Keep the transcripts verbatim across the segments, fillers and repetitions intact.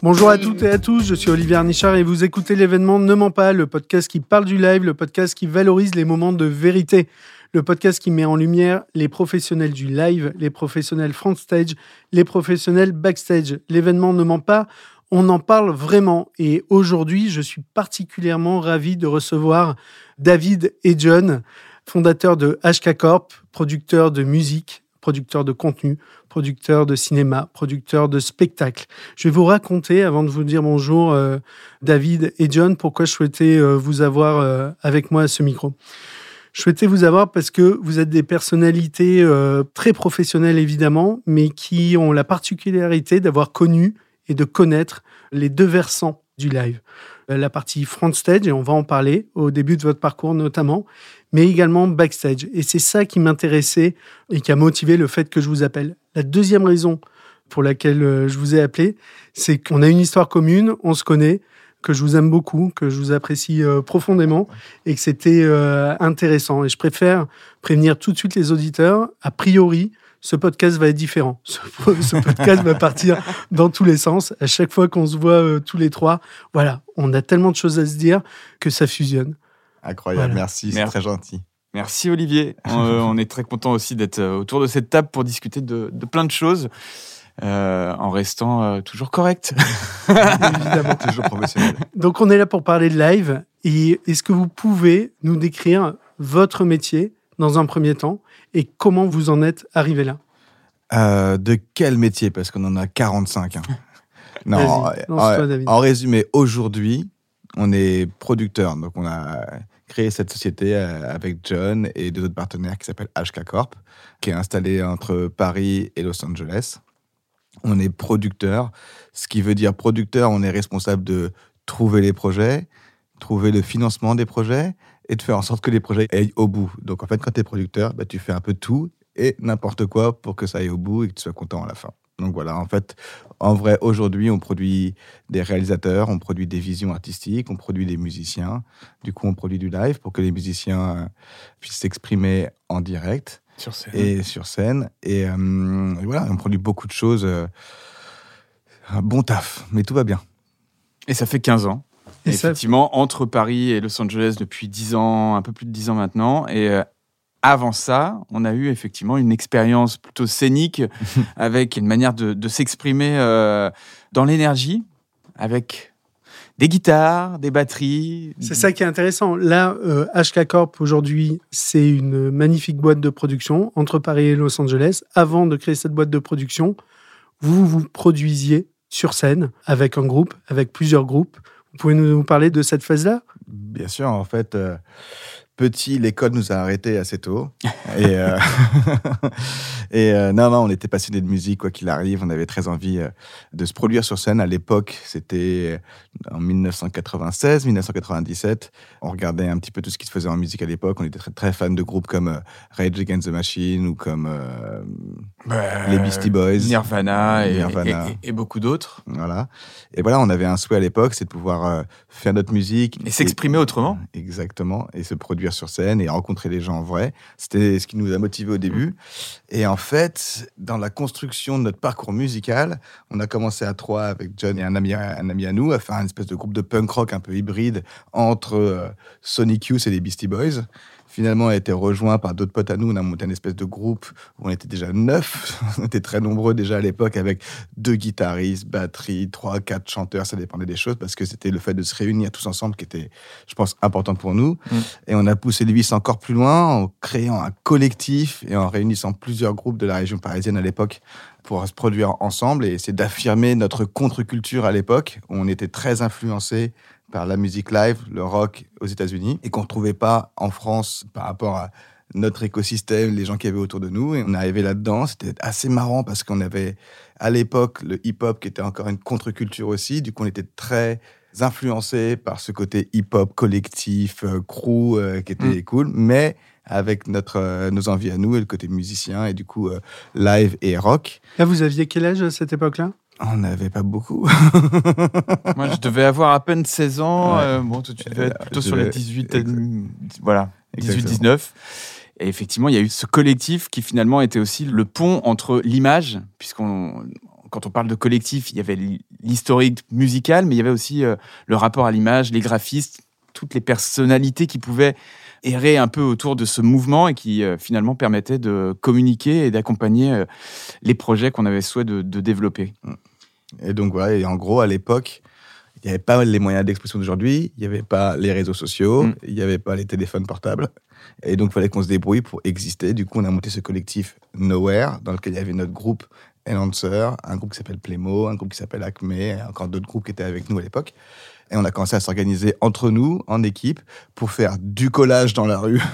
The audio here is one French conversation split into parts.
Bonjour à toutes et à tous, je suis Olivier Arnichard et vous écoutez l'événement Ne ment pas, le podcast qui parle du live, le podcast qui valorise les moments de vérité, le podcast qui met en lumière les professionnels du live, les professionnels front stage, les professionnels backstage. L'événement Ne ment pas, on en parle vraiment. Et aujourd'hui, je suis particulièrement ravi de recevoir David et John, fondateurs de H K Corp, producteurs de musique, producteurs de contenu, producteurs de cinéma, producteurs de spectacle. Je vais vous raconter, avant de vous dire bonjour, euh, David et John, pourquoi je souhaitais euh, vous avoir euh, avec moi à ce micro. Je souhaitais vous avoir parce que vous êtes des personnalités euh, très professionnelles, évidemment, mais qui ont la particularité d'avoir connu et de connaître les deux versants du live. La partie front stage, et on va en parler au début de votre parcours notamment, mais également backstage. Et c'est ça qui m'intéressait et qui a motivé le fait que je vous appelle. La deuxième raison pour laquelle je vous ai appelé, c'est qu'on a une histoire commune, on se connaît, que je vous aime beaucoup, que je vous apprécie euh, profondément et que c'était euh, intéressant. Et je préfère prévenir tout de suite les auditeurs. A priori, ce podcast va être différent. Ce, ce podcast va partir dans tous les sens. À chaque fois qu'on se voit euh, tous les trois, voilà, on a tellement de choses à se dire que ça fusionne. Incroyable, voilà. Merci, c'est Merci. Très gentil. Merci Olivier. on, euh, on est très content aussi d'être autour de cette table pour discuter de, de plein de choses. Euh, en restant euh, toujours correct. Évidemment, toujours professionnel. Donc, on est là pour parler de live. Et est-ce que vous pouvez nous décrire votre métier dans un premier temps et comment vous en êtes arrivé là ? euh, De quel métier ? Parce qu'on en a quarante-cinq. Hein. Non, Vas-y, lance-toi, David. En résumé, aujourd'hui, on est producteur. Donc, on a créé cette société avec John et deux autres partenaires qui s'appellent H K Corp, qui est installée entre Paris et Los Angeles. On est producteur, ce qui veut dire producteur, on est responsable de trouver les projets, trouver le financement des projets et de faire en sorte que les projets aillent au bout. Donc en fait, quand tu es producteur, bah, tu fais un peu tout et n'importe quoi pour que ça aille au bout et que tu sois content à la fin. Donc voilà, en fait, en vrai, aujourd'hui, on produit des réalisateurs, on produit des visions artistiques, on produit des musiciens. Du coup, on produit du live pour que les musiciens puissent s'exprimer en direct. Sur scène. Et sur scène. Et, euh, et voilà, on produit beaucoup de choses. Euh, un bon taf, mais tout va bien. Et ça fait quinze ans. Et effectivement, ça... entre Paris et Los Angeles depuis dix ans, un peu plus de dix ans maintenant. Et euh, avant ça, on a eu effectivement une expérience plutôt scénique avec une manière de, de s'exprimer euh, dans l'énergie, avec des guitares, des batteries. C'est ça qui est intéressant. Là, euh, H K Corp, aujourd'hui, c'est une magnifique boîte de production entre Paris et Los Angeles. Avant de créer cette boîte de production, vous vous produisiez sur scène avec un groupe, avec plusieurs groupes. Vous pouvez nous parler de cette phase-là ? Bien sûr, en fait... Euh... Petit, l'école nous a arrêtés assez tôt. Et, euh, et euh, non, non, on était passionnés de musique, quoi qu'il arrive. On avait très envie euh, de se produire sur scène. À l'époque, c'était en dix-neuf cent quatre-vingt-seize, dix-neuf cent quatre-vingt-dix-sept. On regardait un petit peu tout ce qui se faisait en musique à l'époque. On était très, très fans de groupes comme euh, Rage Against the Machine ou comme euh, bah, les Beastie Boys. Nirvana, Nirvana. Et, et, et beaucoup d'autres. Voilà. Et voilà, on avait un souhait à l'époque, c'est de pouvoir euh, faire notre musique. Et, et s'exprimer autrement. Exactement. Et se produire sur scène et rencontrer les gens en vrai. C'était ce qui nous a motivés au début. Et en fait, dans la construction de notre parcours musical, on a commencé à trois avec John et un ami, un ami à nous à faire une espèce de groupe de punk rock un peu hybride entre euh, Sonic Youth et les Beastie Boys. Finalement, on a été rejoint par d'autres potes à nous. On a monté une espèce de groupe où on était déjà neuf. On était très nombreux déjà à l'époque avec deux guitaristes, batterie, trois, quatre chanteurs. Ça dépendait des choses parce que c'était le fait de se réunir tous ensemble qui était, je pense, important pour nous. Mmh. Et on a poussé les vis encore plus loin en créant un collectif et en réunissant plusieurs groupes de la région parisienne à l'époque pour se produire ensemble et essayer d'affirmer notre contre-culture à l'époque où on était très influencés par la musique live, le rock aux États-Unis, et qu'on ne trouvait pas en France par rapport à notre écosystème, les gens qui avaient autour de nous. Et on est arrivé là-dedans. C'était assez marrant parce qu'on avait, à l'époque, le hip-hop qui était encore une contre-culture aussi. Du coup, on était très influencés par ce côté hip-hop collectif, euh, crew, euh, qui était mmh. cool, mais avec notre, euh, nos envies à nous et le côté musicien, et du coup, euh, live et rock. Là, vous aviez quel âge à cette époque-là ? On n'avait pas beaucoup. Moi, je devais avoir à peine seize ans. Ouais. Euh, bon, toi, tu devais être plutôt Je sur les devais... dix-huit, Exact. voilà, dix-huit dix-neuf. Et effectivement, il y a eu ce collectif qui finalement était aussi le pont entre l'image, puisqu'on, quand on parle de collectif, il y avait l'historique musical, mais il y avait aussi euh, le rapport à l'image, les graphistes, toutes les personnalités qui pouvaient errer un peu autour de ce mouvement et qui euh, finalement permettaient de communiquer et d'accompagner euh, les projets qu'on avait souhait de, de développer. Et donc voilà, et en gros, à l'époque, il n'y avait pas les moyens d'expression d'aujourd'hui, il n'y avait pas les réseaux sociaux, mm. il n'y avait pas les téléphones portables. Et donc, il fallait qu'on se débrouille pour exister. Du coup, on a monté ce collectif Nowhere, dans lequel il y avait notre groupe Enhancer, un groupe qui s'appelle Playmo, un groupe qui s'appelle Acme, et encore d'autres groupes qui étaient avec nous à l'époque. Et on a commencé à s'organiser entre nous, en équipe, pour faire du collage dans la rue,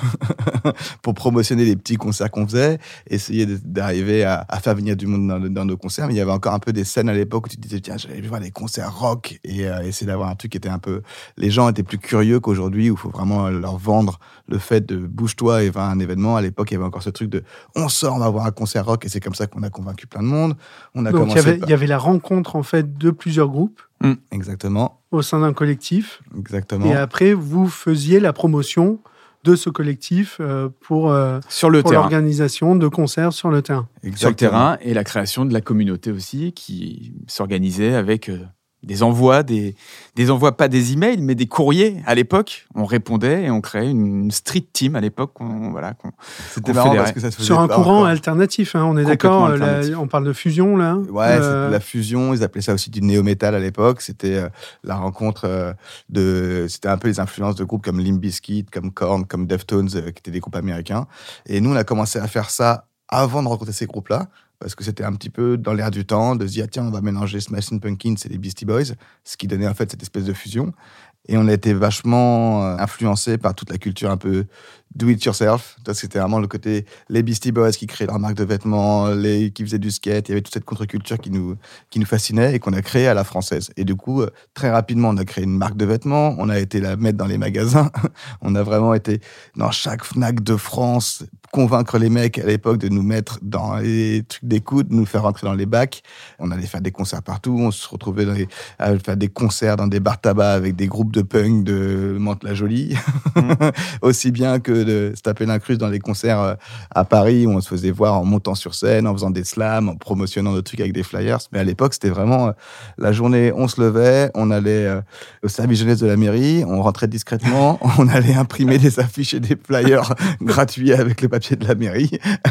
pour promotionner les petits concerts qu'on faisait, essayer d'arriver à, à faire venir du monde dans, dans nos concerts. Mais il y avait encore un peu des scènes à l'époque où tu te disais, tiens, j'allais voir des concerts rock et euh, essayer d'avoir un truc qui était un peu... Les gens étaient plus curieux qu'aujourd'hui, où il faut vraiment leur vendre le fait de bouge-toi et va à un événement. À l'époque, il y avait encore ce truc de, on sort, on va voir un concert rock, et c'est comme ça qu'on a convaincu plein de monde. On a Donc commencé il y avait, par... il y avait la rencontre en fait de plusieurs groupes. Mmh. Exactement. Au sein d'un collectif. Exactement. Et après, vous faisiez la promotion de ce collectif euh, pour, euh, sur le pour terrain. l'organisation de concerts sur le terrain. Exactement. Sur le terrain et la création de la communauté aussi qui s'organisait avec euh, des envois, des, des envois, pas des emails, mais des courriers à l'époque. On répondait et on créait une, une street team à l'époque. On, voilà, qu'on, C'était qu'on marrant fédérait. parce que ça se faisait sur un pas courant encore. alternatif, hein, on est Complètement d'accord. La, alternatif. on parle de fusion là. Ouais, euh... c'était de la fusion. Ils appelaient ça aussi du néo-metal à l'époque. C'était euh, la rencontre euh, de. C'était un peu les influences de groupes comme Limp Bizkit, comme Korn, comme Deftones, euh, qui étaient des groupes américains. Et nous, on a commencé à faire ça avant de rencontrer ces groupes-là, parce que c'était un petit peu dans l'air du temps de se dire, tiens, on va mélanger Smashing Pumpkins et les Beastie Boys, ce qui donnait en fait cette espèce de fusion. Et on a été vachement influencé par toute la culture un peu do it yourself. C'était vraiment le côté les Beastie Boys qui créaient leur marque de vêtements, les, qui faisaient du skate. Il y avait toute cette contre-culture qui nous, qui nous fascinait et qu'on a créée à la française. Et du coup, très rapidement, on a créé une marque de vêtements. On a été la mettre dans les magasins. On a vraiment été dans chaque Fnac de France, convaincre les mecs à l'époque de nous mettre dans les trucs d'écoute, de nous faire rentrer dans les bacs. On allait faire des concerts partout. On se retrouvait dans les, à faire des concerts dans des bars tabac avec des groupes de punk de Mantes-la-Jolie. Mmh. Aussi bien que de se taper l'incruste dans les concerts à Paris où on se faisait voir en montant sur scène, en faisant des slams, en promotionnant nos trucs avec des flyers. Mais à l'époque, c'était vraiment la journée, on se levait, on allait au service jeunesse de la mairie, on rentrait discrètement, on allait imprimer des affiches et des flyers gratuits avec le papier de la mairie.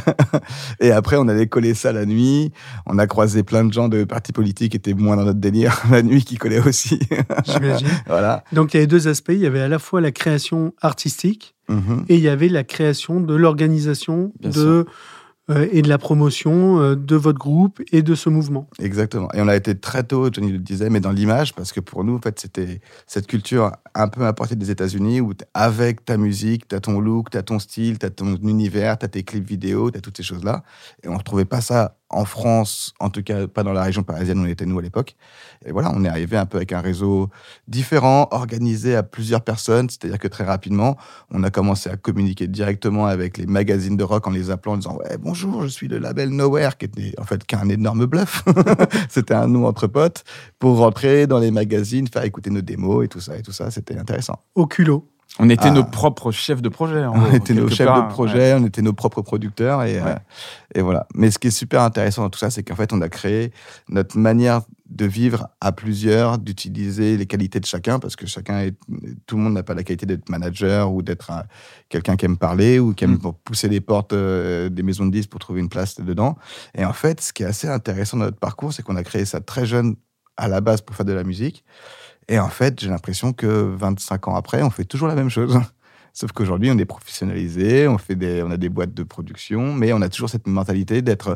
Et après, on allait coller ça la nuit. On a croisé plein de gens de partis politiques qui étaient moins dans notre délire la nuit, qui collaient aussi. J'imagine. Voilà. Donc, il y avait deux aspects. Il y avait à la fois la création artistique, Mmh. et il y avait la création de l'organisation de, euh, et de la promotion euh, de votre groupe et de ce mouvement. Exactement. Et on a été très tôt, Johnny le disait, mais dans l'image, parce que pour nous, en fait, c'était cette culture un peu importée des États-Unis où avec ta musique, tu as ton look, tu as ton style, tu as ton univers, tu as tes clips vidéo, tu as toutes ces choses-là. Et on ne retrouvait pas ça en France, en tout cas pas dans la région parisienne où on était nous à l'époque. Et voilà, on est arrivé un peu avec un réseau différent, organisé à plusieurs personnes, c'est-à-dire que très rapidement, on a commencé à communiquer directement avec les magazines de rock en les appelant en disant « Ouais, bonjour, je suis le label Nowhere », qui était en fait qu'un énorme bluff. C'était un nous entre potes, pour rentrer dans les magazines, faire écouter nos démos et tout ça, et tout ça, c'était intéressant. Au culot. On était ah. nos propres chefs de projet. En on gros, était nos chefs part, de projet, ouais. on était nos propres producteurs. Et, ouais. euh, et voilà. Mais ce qui est super intéressant dans tout ça, c'est qu'en fait, on a créé notre manière de vivre à plusieurs, d'utiliser les qualités de chacun, parce que chacun est, tout le monde n'a pas la qualité d'être manager ou d'être un, quelqu'un qui aime parler ou qui aime mmh. pousser les portes euh, des maisons de disques pour trouver une place dedans. Et en fait, ce qui est assez intéressant dans notre parcours, c'est qu'on a créé ça très jeune à la base pour faire de la musique. Et en fait, j'ai l'impression que vingt-cinq ans après, on fait toujours la même chose. Sauf qu'aujourd'hui, on est professionnalisé, on, fait des, on a des boîtes de production, mais on a toujours cette mentalité d'être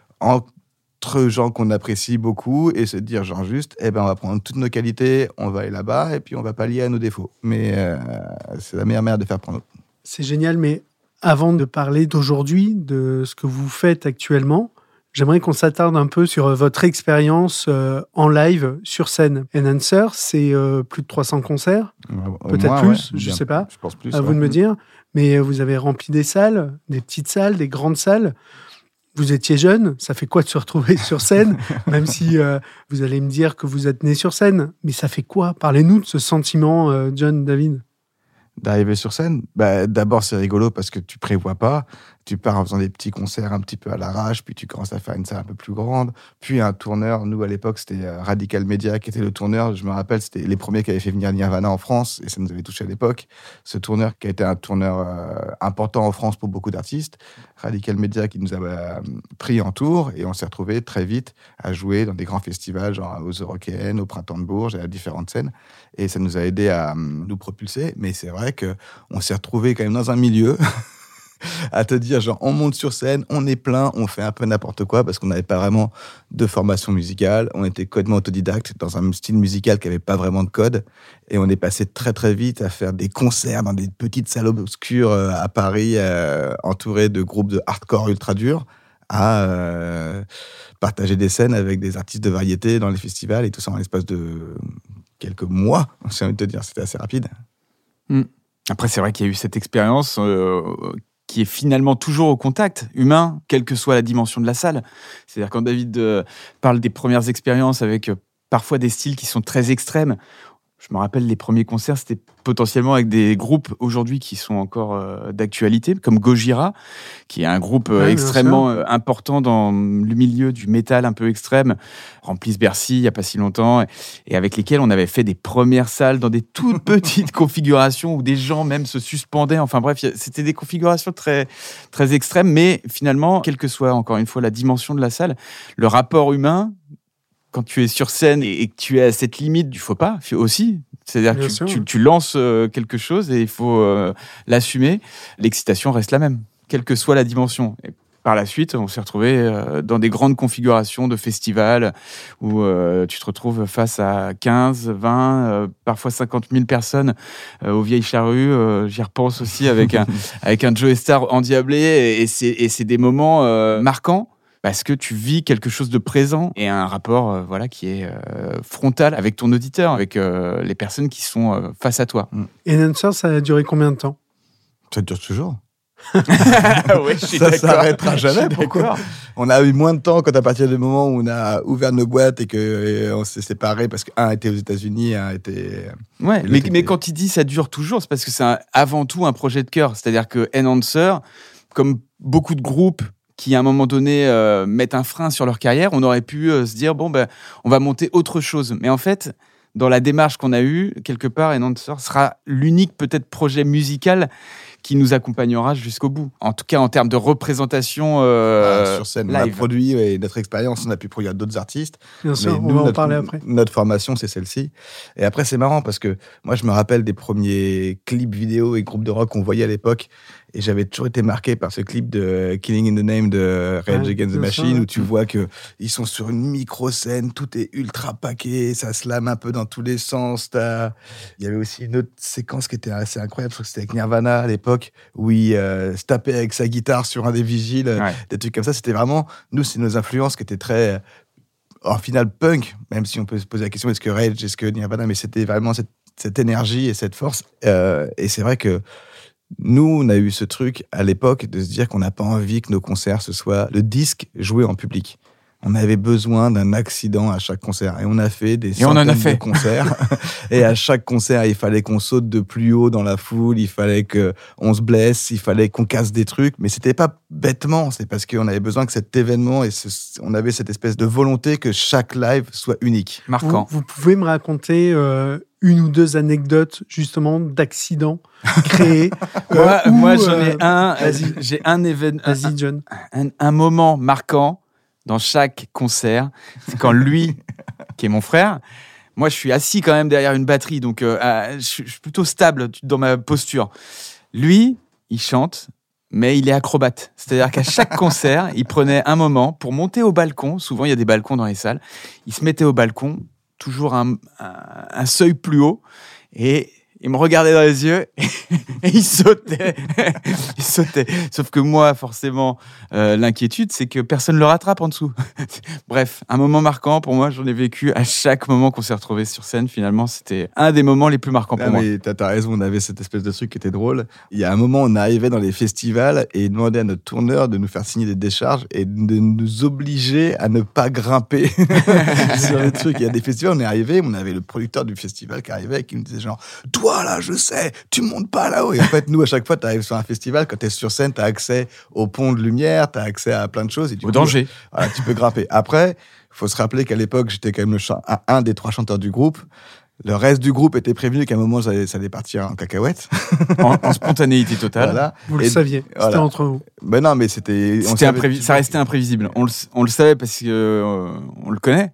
entre gens qu'on apprécie beaucoup et se dire genre juste, eh ben, on va prendre toutes nos qualités, on va aller là-bas et puis on va pallier à nos défauts. Mais euh, c'est la meilleure manière de faire pour nous. C'est génial, mais avant de parler d'aujourd'hui, de ce que vous faites actuellement, j'aimerais qu'on s'attarde un peu sur votre expérience euh, en live sur scène. Enhancer, c'est euh, plus de trois cents concerts, Au peut-être moins, plus, ouais, je bien, ne sais pas, je pense plus, à ouais. vous de me dire. Mais vous avez rempli des salles, des petites salles, des grandes salles. Vous étiez jeune, ça fait quoi de se retrouver sur scène, même si euh, vous allez me dire que vous êtes né sur scène. Mais ça fait quoi? Parlez-nous de ce sentiment, euh, John, David. D'arriver sur scène, bah, d'abord c'est rigolo parce que tu prévois pas. tu pars en faisant des petits concerts un petit peu à l'arrache, puis tu commences à faire une salle un peu plus grande, puis un tourneur. Nous, à l'époque, c'était Radical Media qui était le tourneur. Je me rappelle, c'était les premiers qui avaient fait venir Nirvana en France, et ça nous avait touché à l'époque. Ce tourneur qui a été un tourneur euh, important en France pour beaucoup d'artistes. Radical Media qui nous a euh, pris en tour, et on s'est retrouvés très vite à jouer dans des grands festivals, genre aux Eurockéennes, au Printemps de Bourges, à différentes scènes. Et ça nous a aidé à euh, nous propulser. Mais c'est vrai qu'on s'est retrouvés quand même dans un milieu... à te dire, genre, on monte sur scène, on est plein, on fait un peu n'importe quoi parce qu'on n'avait pas vraiment de formation musicale. On était complètement autodidacte dans un style musical qui n'avait pas vraiment de code. Et on est passé très, très vite à faire des concerts dans des petites salles obscures à Paris, euh, entourés de groupes de hardcore ultra durs, à euh, partager des scènes avec des artistes de variété dans les festivals et tout ça en l'espace de quelques mois. J'ai envie de te dire, c'était assez rapide. Mmh. Après, c'est vrai qu'il y a eu cette expérience euh, qui est finalement toujours au contact humain, quelle que soit la dimension de la salle. C'est-à-dire quand David euh, parle des premières expériences avec euh, parfois des styles qui sont très extrêmes, je me rappelle les premiers concerts, c'était potentiellement avec des groupes aujourd'hui qui sont encore euh, d'actualité, comme Gojira, qui est un groupe euh, ouais, extrêmement euh, important dans le milieu du métal un peu extrême, remplissent Bercy il n'y a pas si longtemps, et, et avec lesquels on avait fait des premières salles dans des toutes petites configurations où des gens même se suspendaient. Enfin bref, c'était des configurations très, très extrêmes, mais finalement, quelle que soit encore une fois la dimension de la salle, le rapport humain, quand tu es sur scène et que tu es à cette limite du faux pas aussi, c'est-à-dire Bien que tu, tu, tu lances quelque chose et il faut euh, l'assumer, l'excitation reste la même, quelle que soit la dimension. Et par la suite, on s'est retrouvés euh, dans des grandes configurations de festivals où euh, tu te retrouves face à quinze, vingt, euh, parfois cinquante mille personnes euh, aux Vieilles Charrues. Euh, j'y repense aussi avec un, avec un Joe Star endiablé et, et, c'est, et c'est des moments euh, marquants. Parce que tu vis quelque chose de présent et un rapport euh, voilà, qui est euh, frontal avec ton auditeur, avec euh, les personnes qui sont euh, face à toi. Et Enhancer, ça a duré combien de temps ? Ça dure toujours. Oui, je suis ça d'accord. s'arrêtera jamais. Pourquoi ? On a eu moins de temps quand à partir du moment où on a ouvert nos boîtes et qu'on s'est séparés parce qu'un était aux États-Unis, un était. Ouais, mais, était... mais quand il dit ça dure toujours, c'est parce que c'est un, avant tout un projet de cœur. C'est-à-dire que Enhancer, comme beaucoup de groupes qui, à un moment donné, euh, mettent un frein sur leur carrière, on aurait pu euh, se dire, bon, ben, on va monter autre chose. Mais en fait, dans la démarche qu'on a eue, quelque part, Enhancer sera l'unique, peut-être, projet musical qui nous accompagnera jusqu'au bout. En tout cas, en termes de représentation euh, ah, sur scène, live. On a produit, et notre expérience, on a pu produire d'autres artistes. Bien sûr, nous, on va en notre, parler après. Notre formation, c'est celle-ci. Et après, c'est marrant parce que moi, je me rappelle des premiers clips vidéo et groupes de rock qu'on voyait à l'époque. Et j'avais toujours été marqué par ce clip de Killing in the Name de Rage ouais, Against the Machine, ça, où tu vois qu'ils sont sur une micro-scène, tout est ultra paqué, ça slame un peu dans tous les sens. T'as... Il y avait aussi une autre séquence qui était assez incroyable, je crois que c'était avec Nirvana à l'époque, où il euh, se tapait avec sa guitare sur un des vigiles, ouais. Des trucs comme ça. C'était vraiment, nous, c'est nos influences qui étaient très, en final, punk, même si on peut se poser la question, est-ce que Rage, est-ce que Nirvana, mais c'était vraiment cette, cette énergie et cette force. Euh, et c'est vrai que nous, on a eu ce truc à l'époque de se dire qu'on n'a pas envie que nos concerts, ce soit le disque joué en public. On avait besoin d'un accident à chaque concert. Et on a fait des et centaines on en a fait. de concerts. Et à chaque concert, il fallait qu'on saute de plus haut dans la foule, il fallait qu'on se blesse, il fallait qu'on casse des trucs. Mais c'était pas bêtement, c'est parce qu'on avait besoin que cet événement, et ce, on avait cette espèce de volonté que chaque live soit unique. Marquant. Vous, vous pouvez me raconter euh, une ou deux anecdotes, justement, d'accidents créés euh, Moi, où, moi j'en ai euh, un. Vas-y. J'ai un événement. Vas-y, John. Un, un moment marquant dans chaque concert, c'est quand lui, qui est mon frère, moi je suis assis quand même derrière une batterie, donc euh, euh, je, je suis plutôt stable dans ma posture. Lui, il chante, mais il est acrobate. C'est-à-dire qu'à chaque concert, il prenait un moment pour monter au balcon. Souvent, il y a des balcons dans les salles. Il se mettait au balcon, toujours un, un, un seuil plus haut, et il me regardait dans les yeux et, et il sautait. il sautait. Sauf que moi, forcément, euh, l'inquiétude, c'est que personne ne le rattrape en dessous. Bref, un moment marquant pour moi, j'en ai vécu à chaque moment qu'on s'est retrouvés sur scène. Finalement, c'était un des moments les plus marquants pour ah, moi. Mais t'as, t'as raison, on avait cette espèce de truc qui était drôle. Il y a un moment, on arrivait dans les festivals et il demandait à notre tourneur de nous faire signer des décharges et de nous obliger à ne pas grimper sur les trucs. Il y a des festivals, on est arrivé, on avait le producteur du festival qui arrivait et qui nous disait genre « Toi, toi là, je sais, tu montes pas là-haut. Et en fait, nous, à chaque fois, tu arrives sur un festival, quand tu es sur scène, tu as accès au pont de lumière, tu as accès à plein de choses. Et du Au coup, danger. Voilà, tu peux grimper. Après, il faut se rappeler qu'à l'époque, j'étais quand même le cha- un, un des trois chanteurs du groupe. Le reste du groupe était prévenu qu'à un moment, ça allait, ça allait partir en cacahuète. En, en spontanéité totale. Voilà. Vous le Et- saviez, c'était voilà. entre vous. Ben non, mais c'était. on C'était savait imprévi- toujours- Ça restait imprévisible. On le, on le savait parce que euh, on le connaît,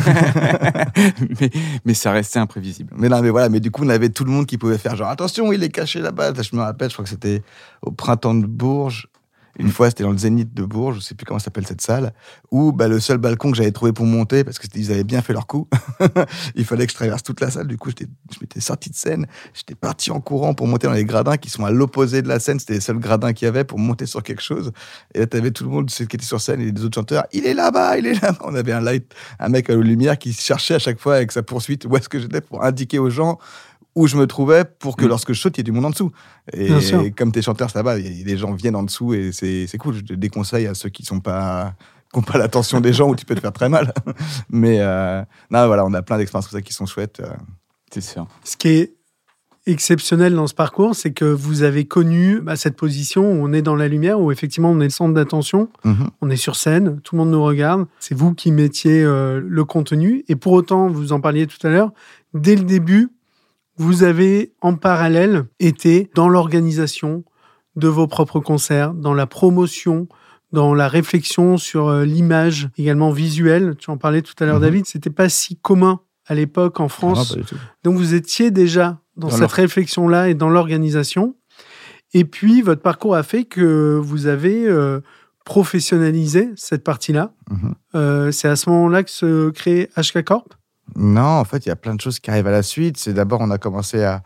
mais, mais ça restait imprévisible. Mais non, mais voilà, mais du coup, on avait tout le monde qui pouvait faire genre attention, il est caché là-bas. Je me rappelle, je crois que c'était au printemps de Bourges. Une fois, c'était dans le Zénith de Bourges, je sais plus comment s'appelle cette salle, où bah, le seul balcon que j'avais trouvé pour monter, parce qu'ils avaient bien fait leur coup, il fallait que je traverse toute la salle. Du coup, j'étais, je m'étais sorti de scène, j'étais parti en courant pour monter dans les gradins qui sont à l'opposé de la scène. C'était les seuls gradins qu'il y avait pour monter sur quelque chose. Et là, t'avais tout le monde qui était sur scène et les autres chanteurs. Il est là-bas, il est là-bas. On avait un light, un mec à la lumière qui cherchait à chaque fois avec sa poursuite où est-ce que j'étais pour indiquer aux gens où je me trouvais pour que Mm. lorsque je saute, il y ait du monde en dessous. Et Bien sûr. comme t'es chanteur, ça va, y- les gens viennent en dessous et c'est, c'est cool. Je te déconseille à ceux qui sont pas, qui n'ont pas l'attention des gens où tu peux te faire très mal. Mais euh, non, voilà, on a plein d'expériences comme ça qui sont chouettes. euh. C'est sûr. Ce qui est exceptionnel dans ce parcours, c'est que vous avez connu bah, cette position où on est dans la lumière, où effectivement on est le centre d'attention, Mhm. on est sur scène, tout le monde nous regarde. C'est vous qui mettiez euh, le contenu. Et pour autant, vous en parliez tout à l'heure, dès le début, vous avez en parallèle été dans l'organisation de vos propres concerts, dans la promotion, dans la réflexion sur euh, l'image également visuelle. Tu en parlais tout à l'heure, Mhm. David. C'était pas si commun à l'époque en Ah, France. pas du tout. Donc vous étiez déjà dans, Dans cette l'or- réflexion-là et dans l'organisation. Et puis votre parcours a fait que vous avez euh, professionnalisé cette partie-là. Mhm. Euh, c'est à ce moment-là que se crée H K Corp. Non, en fait, il y a plein de choses qui arrivent à la suite. C'est d'abord, on a commencé à.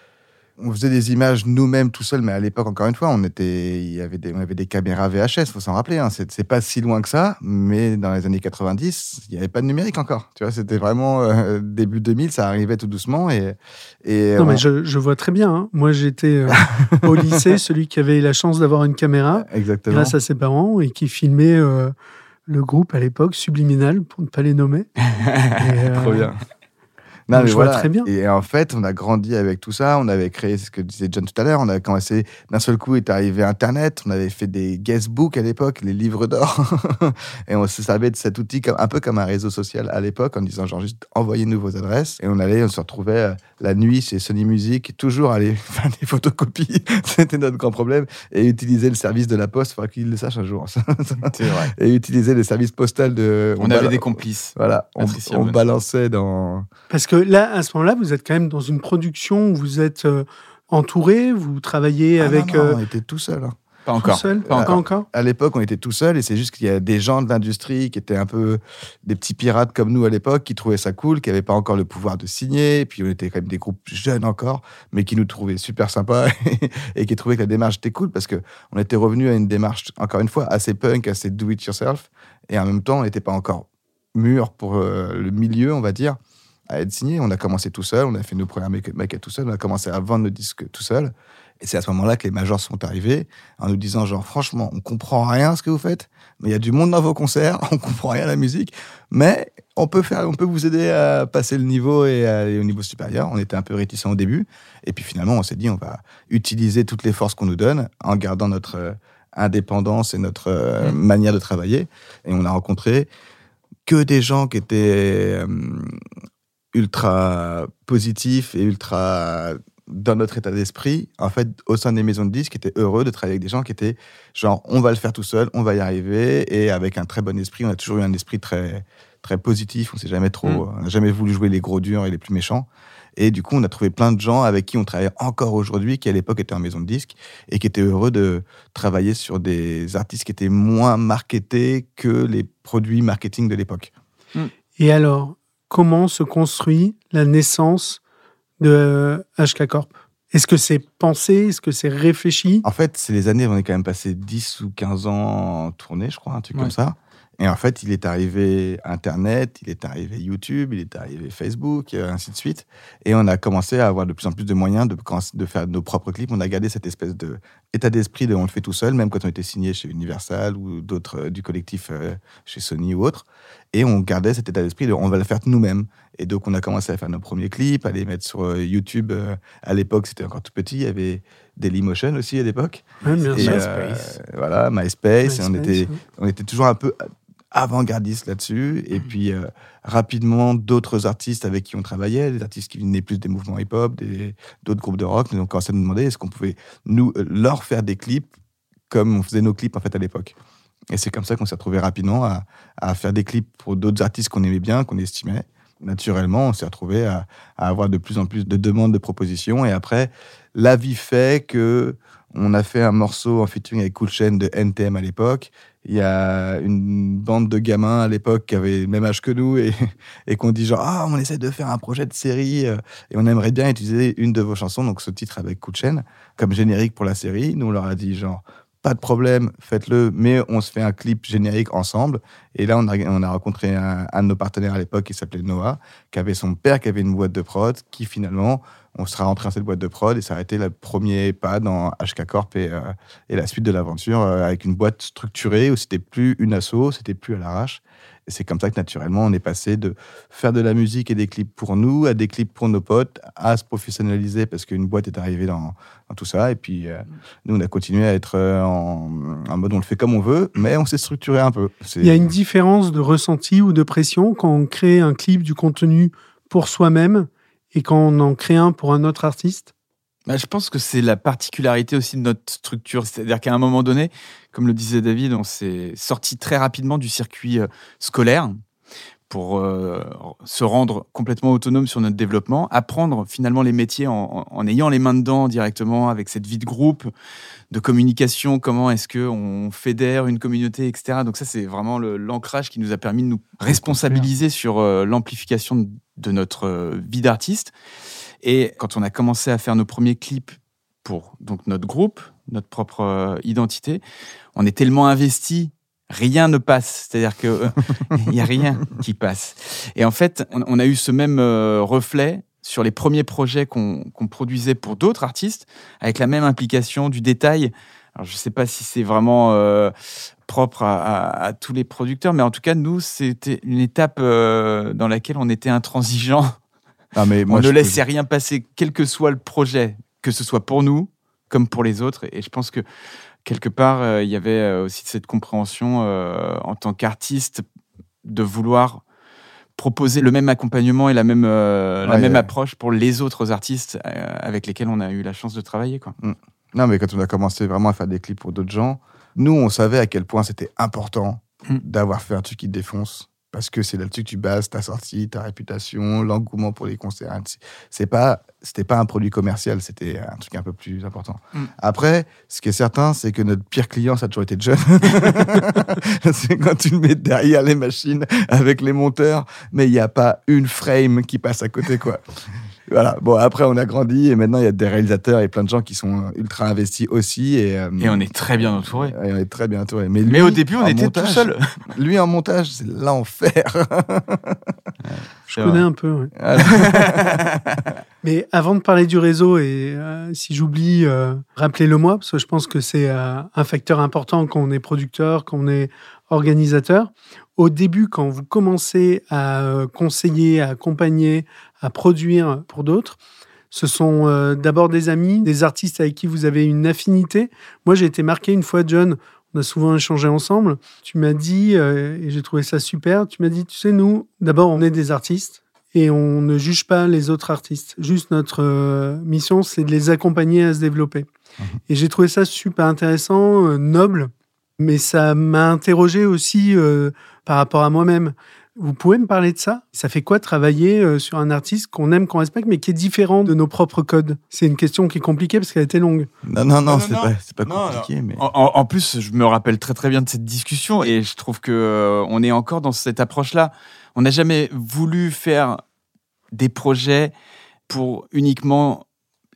On faisait des images nous-mêmes tout seuls, mais à l'époque, encore une fois, on, était... il y avait des... on avait des caméras V H S, il faut s'en rappeler. Hein. C'est... c'est pas si loin que ça, mais dans les années quatre-vingt-dix, il n'y avait pas de numérique encore. Tu vois, c'était vraiment euh, début deux mille, ça arrivait tout doucement. Et, et Non, on- mais je, je vois très bien. hein. Moi, j'étais euh, au lycée, celui qui avait la chance d'avoir une caméra Exactement. grâce à ses parents et qui filmait euh, le groupe à l'époque, Subliminal, pour ne pas les nommer. Et, euh, Trop bien. donc, mais je vois très bien. Et en fait, on a grandi avec tout ça. On avait créé ce que disait John tout à l'heure. On a commencé, d'un seul coup, est arrivé Internet. On avait fait des guestbooks à l'époque, les livres d'or. Et on se servait de cet outil comme, un peu comme un réseau social à l'époque, en disant genre juste envoyez-nous vos adresses. Et on allait, on se retrouvait euh, la nuit chez Sony Music, toujours aller faire des photocopies. C'était notre grand problème. Et utiliser le service de la poste. Il faudra qu'ils le sachent un jour. C'est vrai. Et utiliser le service postal de. On avait bala- des complices. Voilà, on, Patricia on Bonne. balançait dans. Parce que là, à ce moment-là, vous êtes quand même dans une production où vous êtes euh, entouré, vous travaillez Ah avec non, non, euh, on était tout seul. hein. Pas tout encore. seul. Pas Pas encore. encore. À l'époque, on était tout seul et c'est juste qu'il y a des gens de l'industrie qui étaient un peu des petits pirates comme nous à l'époque, qui trouvaient ça cool, qui n'avaient pas encore le pouvoir de signer. Et puis on était quand même des groupes jeunes encore, mais qui nous trouvaient super sympas et qui trouvaient que la démarche était cool parce qu'on était revenu à une démarche, encore une fois, assez punk, assez do-it-yourself. Et en même temps, on n'était pas encore mûr pour euh, le milieu, on va dire, à être signé. On a commencé tout seul, on a fait nos premières maquettes tout seul, on a commencé à vendre nos disques tout seul. Et c'est à ce moment-là que les majors sont arrivés en nous disant genre franchement on comprend rien à ce que vous faites, mais il y a du monde dans vos concerts, on comprend rien à la musique, mais on peut faire, on peut vous aider à passer le niveau et à aller au niveau supérieur. On était un peu réticents au début, et puis finalement on s'est dit on va utiliser toutes les forces qu'on nous donne en gardant notre euh, indépendance et notre euh, Mmh. manière de travailler. Et on a rencontré que des gens qui étaient euh, ultra positifs et ultra dans notre état d'esprit, en fait, au sein des maisons de disques, qui étaient heureux de travailler avec des gens qui étaient genre, on va le faire tout seul, on va y arriver, et avec un très bon esprit. On a toujours eu un esprit très, très positif, on s'est jamais trop, Mm. on n'a jamais voulu jouer les gros durs et les plus méchants. Et du coup, on a trouvé plein de gens avec qui on travaille encore aujourd'hui, qui à l'époque étaient en maison de disques, et qui étaient heureux de travailler sur des artistes qui étaient moins marketés que les produits marketing de l'époque. Et alors, comment se construit la naissance de H K Corp? Est-ce que c'est pensé? Est-ce que c'est réfléchi? En fait, c'est les années où on est quand même passé dix ou quinze ans en tournée, je crois, un truc Ouais. comme ça. Et en fait, il est arrivé Internet, il est arrivé YouTube, il est arrivé Facebook, et ainsi de suite. Et on a commencé à avoir de plus en plus de moyens de, commencer- de faire nos propres clips. On a gardé cette espèce d'état d'esprit de on le fait tout seul, même quand on était signé chez Universal ou d'autres euh, du collectif euh, chez Sony ou autres. Et on gardait cet état d'esprit de on va le faire nous-mêmes. Et donc, on a commencé à faire nos premiers clips, à les mettre sur euh, YouTube. Euh, à l'époque, c'était encore tout petit. Il y avait Dailymotion aussi à l'époque. Ouais, bien et, sûr. euh, voilà, MySpace. MySpace, et on, était, ouais. on était toujours un peu avant-gardiste là-dessus. Et puis, euh, rapidement, d'autres artistes avec qui on travaillait, des artistes qui venaient plus des mouvements hip-hop, des, d'autres groupes de rock, nous ont commencé à nous demander est-ce qu'on pouvait nous, euh, leur faire des clips comme on faisait nos clips en fait à l'époque. Et c'est comme ça qu'on s'est retrouvé rapidement à, à faire des clips pour d'autres artistes qu'on aimait bien, qu'on estimait. Naturellement, on s'est retrouvé à, à avoir de plus en plus de demandes, de propositions. Et après, la vie fait que on a fait un morceau en featuring avec Cool Chain de N T M à l'époque. Il y a une bande de gamins à l'époque qui avaient le même âge que nous et, et qu'on dit genre ah on essaie de faire un projet de série euh, et on aimerait bien utiliser une de vos chansons, donc ce titre avec Cool Chain comme générique pour la série. Nous on leur a dit genre pas de problème, faites-le, mais on se fait un clip générique ensemble. Et là, on a, on a rencontré un, un de nos partenaires à l'époque qui s'appelait Noah, qui avait son père qui avait une boîte de prod, qui finalement, on sera rentré dans cette boîte de prod et ça a été le premier pas dans H K Corp et, euh, et la suite de l'aventure euh, avec une boîte structurée où c'était plus une asso, c'était plus à l'arrache. Et c'est comme ça que naturellement, on est passé de faire de la musique et des clips pour nous à des clips pour nos potes, à se professionnaliser parce qu'une boîte est arrivée dans, dans tout ça. Et puis, euh, nous, on a continué à être en, en mode on le fait comme on veut, mais on s'est structuré un peu. C'est... Il y a une différence de ressenti ou de pression quand on crée un clip, du contenu pour soi-même et quand on en crée un pour un autre artiste? Bah, je pense que c'est la particularité aussi de notre structure. C'est-à-dire qu'à un moment donné, comme le disait David, on s'est sorti très rapidement du circuit euh, scolaire pour euh, se rendre complètement autonome sur notre développement, apprendre finalement les métiers en, en, en ayant les mains dedans directement, avec cette vie de groupe, de communication, comment est-ce qu'on fédère une communauté, et cetera. Donc ça, c'est vraiment le, l'ancrage qui nous a permis de nous responsabiliser sur euh, l'amplification de, de notre euh, vie d'artiste. Et quand on a commencé à faire nos premiers clips pour donc, notre groupe, notre propre euh, identité, on est tellement investi, rien ne passe. C'est-à-dire qu'il n'y euh, a rien qui passe. Et en fait, on, on a eu ce même euh, reflet sur les premiers projets qu'on, qu'on produisait pour d'autres artistes, avec la même implication du détail. Alors, je ne sais pas si c'est vraiment euh, propre à, à, à tous les producteurs, mais en tout cas, nous, c'était une étape euh, dans laquelle on était intransigeants. Ah, mais moi, on ne je laissait peux... rien passer, quel que soit le projet, que ce soit pour nous comme pour les autres. Et je pense que quelque part, euh, il y avait euh, aussi cette compréhension euh, en tant qu'artiste de vouloir proposer le même accompagnement et la même, euh, ouais, la même ouais. approche pour les autres artistes euh, avec lesquels on a eu la chance de travailler, quoi. Mm. Non, mais quand on a commencé vraiment à faire des clips pour d'autres gens, nous, on savait à quel point c'était important mm. d'avoir fait un truc qui défonce. Parce que c'est là-dessus que tu bases ta sortie, ta réputation, l'engouement pour les concerts. C'est pas, c'était pas un produit commercial, c'était un truc un peu plus important. Mm. Après, ce qui est certain, c'est que notre pire client, ça a toujours été John. C'est quand tu le mets derrière les machines avec les monteurs, mais il n'y a pas une frame qui passe à côté, quoi. Voilà. Bon, après, on a grandi et maintenant, il y a des réalisateurs et plein de gens qui sont ultra investis aussi. Et, euh, et on est très bien entouré. Et on est très bien entouré. Mais, lui, Mais au début, on était montage, tout seul. Lui, en montage, c'est l'enfer. Ouais, je connais vrai. un peu. Ouais. Mais avant de parler du réseau, et euh, si j'oublie, euh, rappelez-le-moi, parce que je pense que c'est euh, un facteur important quand on est producteur, quand on est organisateur. Au début, quand vous commencez à conseiller, à accompagner, à produire pour d'autres, ce sont euh, d'abord des amis, des artistes avec qui vous avez une affinité. Moi, j'ai été marqué une fois, John, on a souvent échangé ensemble. Tu m'as dit, euh, et j'ai trouvé ça super, tu m'as dit, tu sais, nous, d'abord, on est des artistes et on ne juge pas les autres artistes. Juste notre euh, mission, c'est de les accompagner à se développer. Mmh. Et j'ai trouvé ça super intéressant, euh, noble, mais ça m'a interrogé aussi euh, par rapport à moi-même. Vous pouvez me parler de ça ? Ça fait quoi travailler euh, sur un artiste qu'on aime, qu'on respecte, mais qui est différent de nos propres codes ? C'est une question qui est compliquée parce qu'elle était longue. Non, non, non, non c'est, non. Pas, c'est pas non, compliqué. Non. Mais... En, en plus, je me rappelle très très bien de cette discussion et je trouve qu'on euh, est encore dans cette approche-là. On n'a jamais voulu faire des projets pour uniquement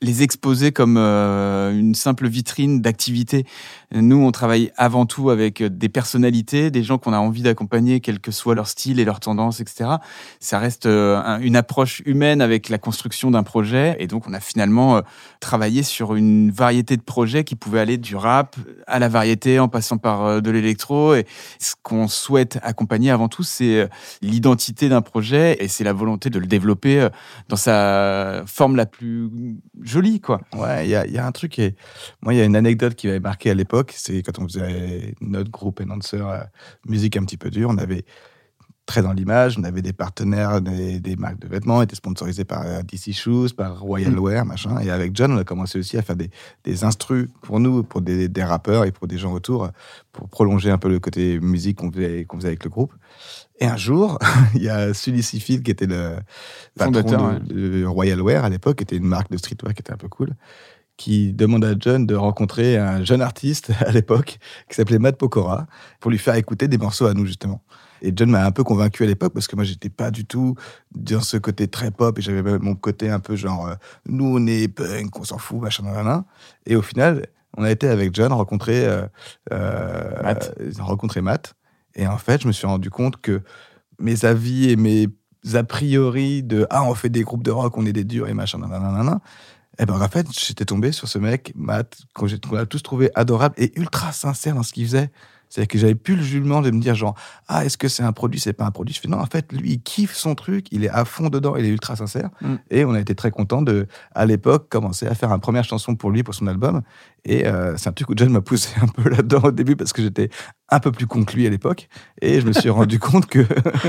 les exposer comme euh, une simple vitrine d'activité. Nous, on travaille avant tout avec des personnalités, des gens qu'on a envie d'accompagner, quel que soit leur style et leur tendance, et cetera. Ça reste euh, un, une approche humaine avec la construction d'un projet. Et donc, on a finalement euh, travaillé sur une variété de projets qui pouvaient aller du rap à la variété, en passant par euh, de l'électro. Et ce qu'on souhaite accompagner avant tout, c'est euh, l'identité d'un projet et c'est la volonté de le développer euh, dans sa forme la plus jolie, quoi. Ouais, il y a, y a un truc. Et... Moi, il y a une anecdote qui m'avait marqué à l'époque. C'est quand on faisait notre groupe Enhancer, euh, musique un petit peu dure. On avait très dans l'image. On avait des partenaires, des, des marques de vêtements. On était sponsorisés par euh, D C Shoes, par Royal Wear, machin. Et avec John, on a commencé aussi à faire des, des instrus pour nous, pour des, des rappeurs et pour des gens autour, pour prolonger un peu le côté musique qu'on faisait, qu'on faisait avec le groupe. Et un jour, il y a Sully Seafield, qui était le patron de, de Royal Wear à l'époque, qui était une marque de streetwear qui était un peu cool, qui demande à John de rencontrer un jeune artiste à l'époque qui s'appelait Matt Pokora pour lui faire écouter des morceaux à nous, justement. Et John m'a un peu convaincu à l'époque parce que moi, j'étais pas du tout dans ce côté très pop et j'avais même mon côté un peu genre euh, nous, on est punk, on s'en fout, machin, machin. Et au final, on a été avec John rencontrer, euh, euh, Matt. Euh, rencontrer Matt. Et en fait, je me suis rendu compte que mes avis et mes a priori de « Ah, on fait des groupes de rock, on est des durs et machin, nanana », et ben en fait, j'étais tombé sur ce mec, Matt, qu'on j'ai qu'on a tous trouvé adorable et ultra sincère dans ce qu'il faisait. C'est-à-dire que j'avais plus le jugement de me dire genre « Ah, est-ce que c'est un produit, c'est pas un produit ?» Je fais « Non, en fait, lui, il kiffe son truc, il est à fond dedans, il est ultra sincère. Mm. » Et on a été très contents de, à l'époque, commencer à faire une première chanson pour lui, pour son album. Et euh, c'est un truc où John m'a poussé un peu là-dedans au début parce que j'étais un peu plus con que lui à l'époque. Et je me suis rendu compte que...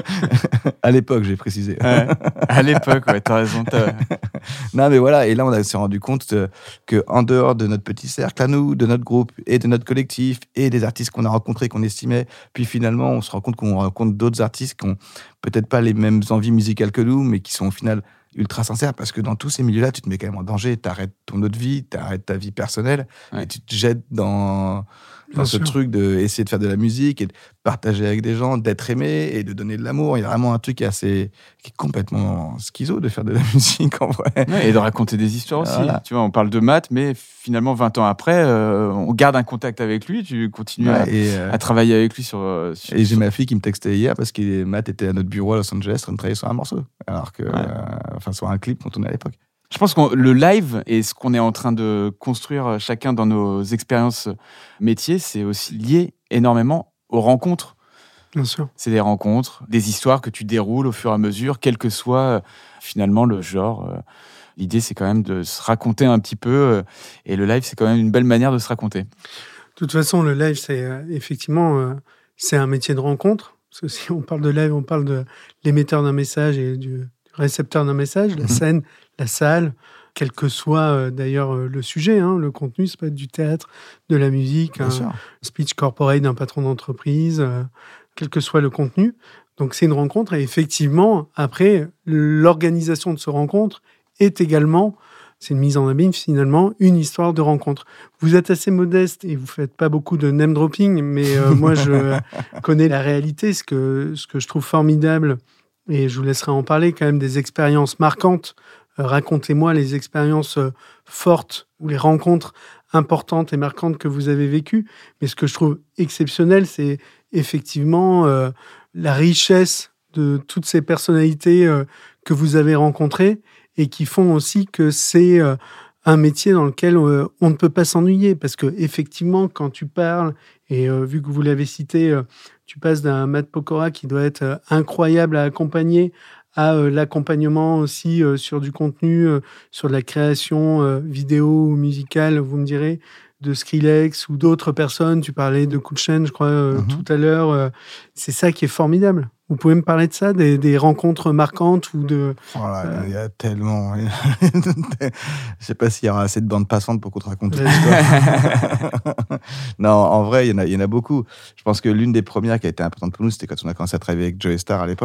à l'époque, j'ai précisé. Ouais, à l'époque, ouais, t'as raison. T'as... Non, mais voilà. Et là, on s'est rendu compte qu'en dehors de notre petit cercle à nous, de notre groupe et de notre collectif et des artistes qu'on a rencontrés, qu'on estimait, puis finalement, on se rend compte qu'on rencontre d'autres artistes qui n'ont peut-être pas les mêmes envies musicales que nous, mais qui sont au final ultra sincères, parce que dans tous ces milieux-là, tu te mets quand même en danger, t'arrêtes ton autre vie, t'arrêtes ta vie personnelle, ouais. Et tu te jettes dans, dans ce truc d'essayer de faire de la musique et de partager avec des gens, d'être aimé et de donner de l'amour. Il y a vraiment un truc qui est, assez, qui est complètement schizo de faire de la musique, en vrai. Ouais, et de raconter des histoires aussi. Voilà. Tu vois, on parle de Matt, mais finalement, vingt ans après, euh, on garde un contact avec lui, tu continues ouais, à, et euh... à travailler avec lui sur... sur et sur... j'ai ma fille qui me textait hier, parce que Matt était à notre bureau à Los Angeles, en train de travailler sur un morceau, alors que... Ouais. Euh, enfin, sur un clip quand on est à l'époque. Je pense que le live et ce qu'on est en train de construire chacun dans nos expériences métiers, c'est aussi lié énormément aux rencontres. Bien sûr. C'est des rencontres, des histoires que tu déroules au fur et à mesure, quel que soit finalement le genre. L'idée, c'est quand même de se raconter un petit peu, et le live, c'est quand même une belle manière de se raconter. De toute façon, le live, c'est euh, effectivement euh, c'est un métier de rencontre. Parce que si on parle de live, on parle de l'émetteur d'un message et du récepteur d'un message, la scène, la salle, quel que soit euh, d'ailleurs euh, le sujet, hein, le contenu, ça peut être du théâtre, de la musique, un sûr. speech corporate d'un patron d'entreprise, euh, quel que soit le contenu. Donc c'est une rencontre et effectivement, après, l'organisation de ce rencontre est également, c'est une mise en abîme finalement, une histoire de rencontre. Vous êtes assez modeste et vous ne faites pas beaucoup de name dropping, mais euh, moi je connais la réalité, ce que, ce que je trouve formidable. Et je vous laisserai en parler quand même des expériences marquantes. Euh, racontez-moi les expériences euh, fortes ou les rencontres importantes et marquantes que vous avez vécues. Mais ce que je trouve exceptionnel, c'est effectivement euh, la richesse de toutes ces personnalités euh, que vous avez rencontrées et qui font aussi que c'est euh, un métier dans lequel euh, on ne peut pas s'ennuyer. Parce que effectivement, quand tu parles, et euh, vu que vous l'avez cité, euh, tu passes d'un Matt Pokora qui doit être euh, incroyable à accompagner à euh, l'accompagnement aussi euh, sur du contenu, euh, sur de la création euh, vidéo ou musicale, vous me direz, de Skrillex ou d'autres personnes. Tu parlais de Cool Chain, je crois, euh, mm-hmm. tout à l'heure. Euh, c'est ça qui est formidable. Vous pouvez me parler de ça, des, des rencontres marquantes ou de... Voilà, euh... il y a tellement... Je ne sais pas s'il y aura assez de bandes passantes pour qu'on te raconte toute l'histoire. Non, en vrai, il y, en a, il y en a beaucoup. Je pense que l'une des premières qui a été importante pour nous, c'était quand on a commencé à travailler avec Joey Star à l'époque.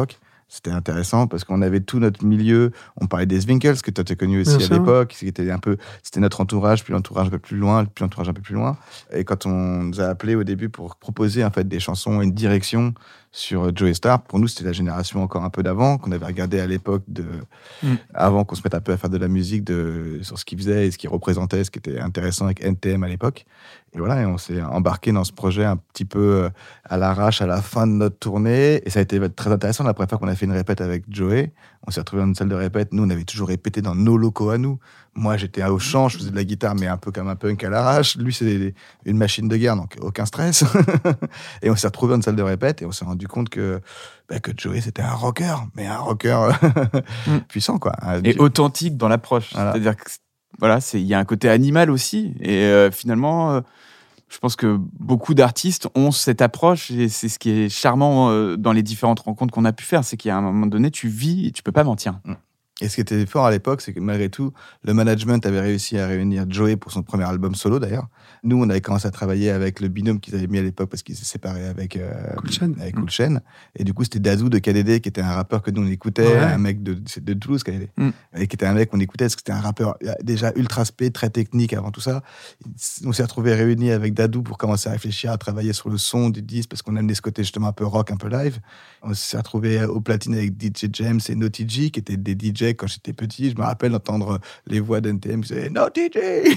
C'était intéressant parce qu'on avait tout notre milieu. On parlait des Zwinkels, que toi tu as connu aussi Bien à l'époque. C'était, un peu, c'était notre entourage, puis l'entourage un peu plus loin, puis l'entourage un peu plus loin. Et quand on nous a appelés au début pour proposer en fait, des chansons et une direction sur Joey Starr, pour nous, c'était la génération encore un peu d'avant, qu'on avait regardé à l'époque, de, mm. avant qu'on se mette un peu à faire de la musique de, sur ce qu'il faisait et ce qu'il représentait, ce qui était intéressant avec N T M à l'époque. Et voilà, et on s'est embarqué dans ce projet un petit peu à l'arrache à la fin de notre tournée. Et ça a été très intéressant. La première fois qu'on a fait une répète avec Joey, on s'est retrouvés dans une salle de répète. Nous, on avait toujours répété dans nos locaux à nous. Moi, j'étais à Auchan, je faisais de la guitare, mais un peu comme un punk à l'arrache. Lui, c'est une machine de guerre, donc aucun stress. Et on s'est retrouvés dans une salle de répète et on s'est rendu compte que, bah, que Joey, c'était un rocker, mais un rocker mm. puissant, quoi. Et authentique dans l'approche. Voilà. C'est-à-dire que voilà, il y a un côté animal aussi. Et euh, finalement, euh, je pense que beaucoup d'artistes ont cette approche. Et c'est ce qui est charmant euh, dans les différentes rencontres qu'on a pu faire. C'est qu'à un moment donné, tu vis et tu peux pas mentir. Mm. Et ce qui était fort à l'époque, c'est que malgré tout, le management avait réussi à réunir Joey pour son premier album solo, d'ailleurs. Nous, on avait commencé à travailler avec le binôme qu'ils avaient mis à l'époque parce qu'ils s'étaient séparés avec euh, Cool Chain. Avec Cool Chain. Et du coup, c'était Dazou de K D D qui était un rappeur que nous, on écoutait, ouais. un mec de, de Toulouse, K D D. Mm. Et qui était un mec qu'on écoutait parce que c'était un rappeur déjà ultra spé, très technique avant tout ça. On s'est retrouvés réunis avec Dadou pour commencer à réfléchir, à travailler sur le son du disque parce qu'on aime ce côté justement un peu rock, un peu live. On s'est retrouvés au platine avec D J James et Naughty G qui étaient des D J quand j'étais petit. Je me rappelle d'entendre les voix d'N T M qui disaient Naughty G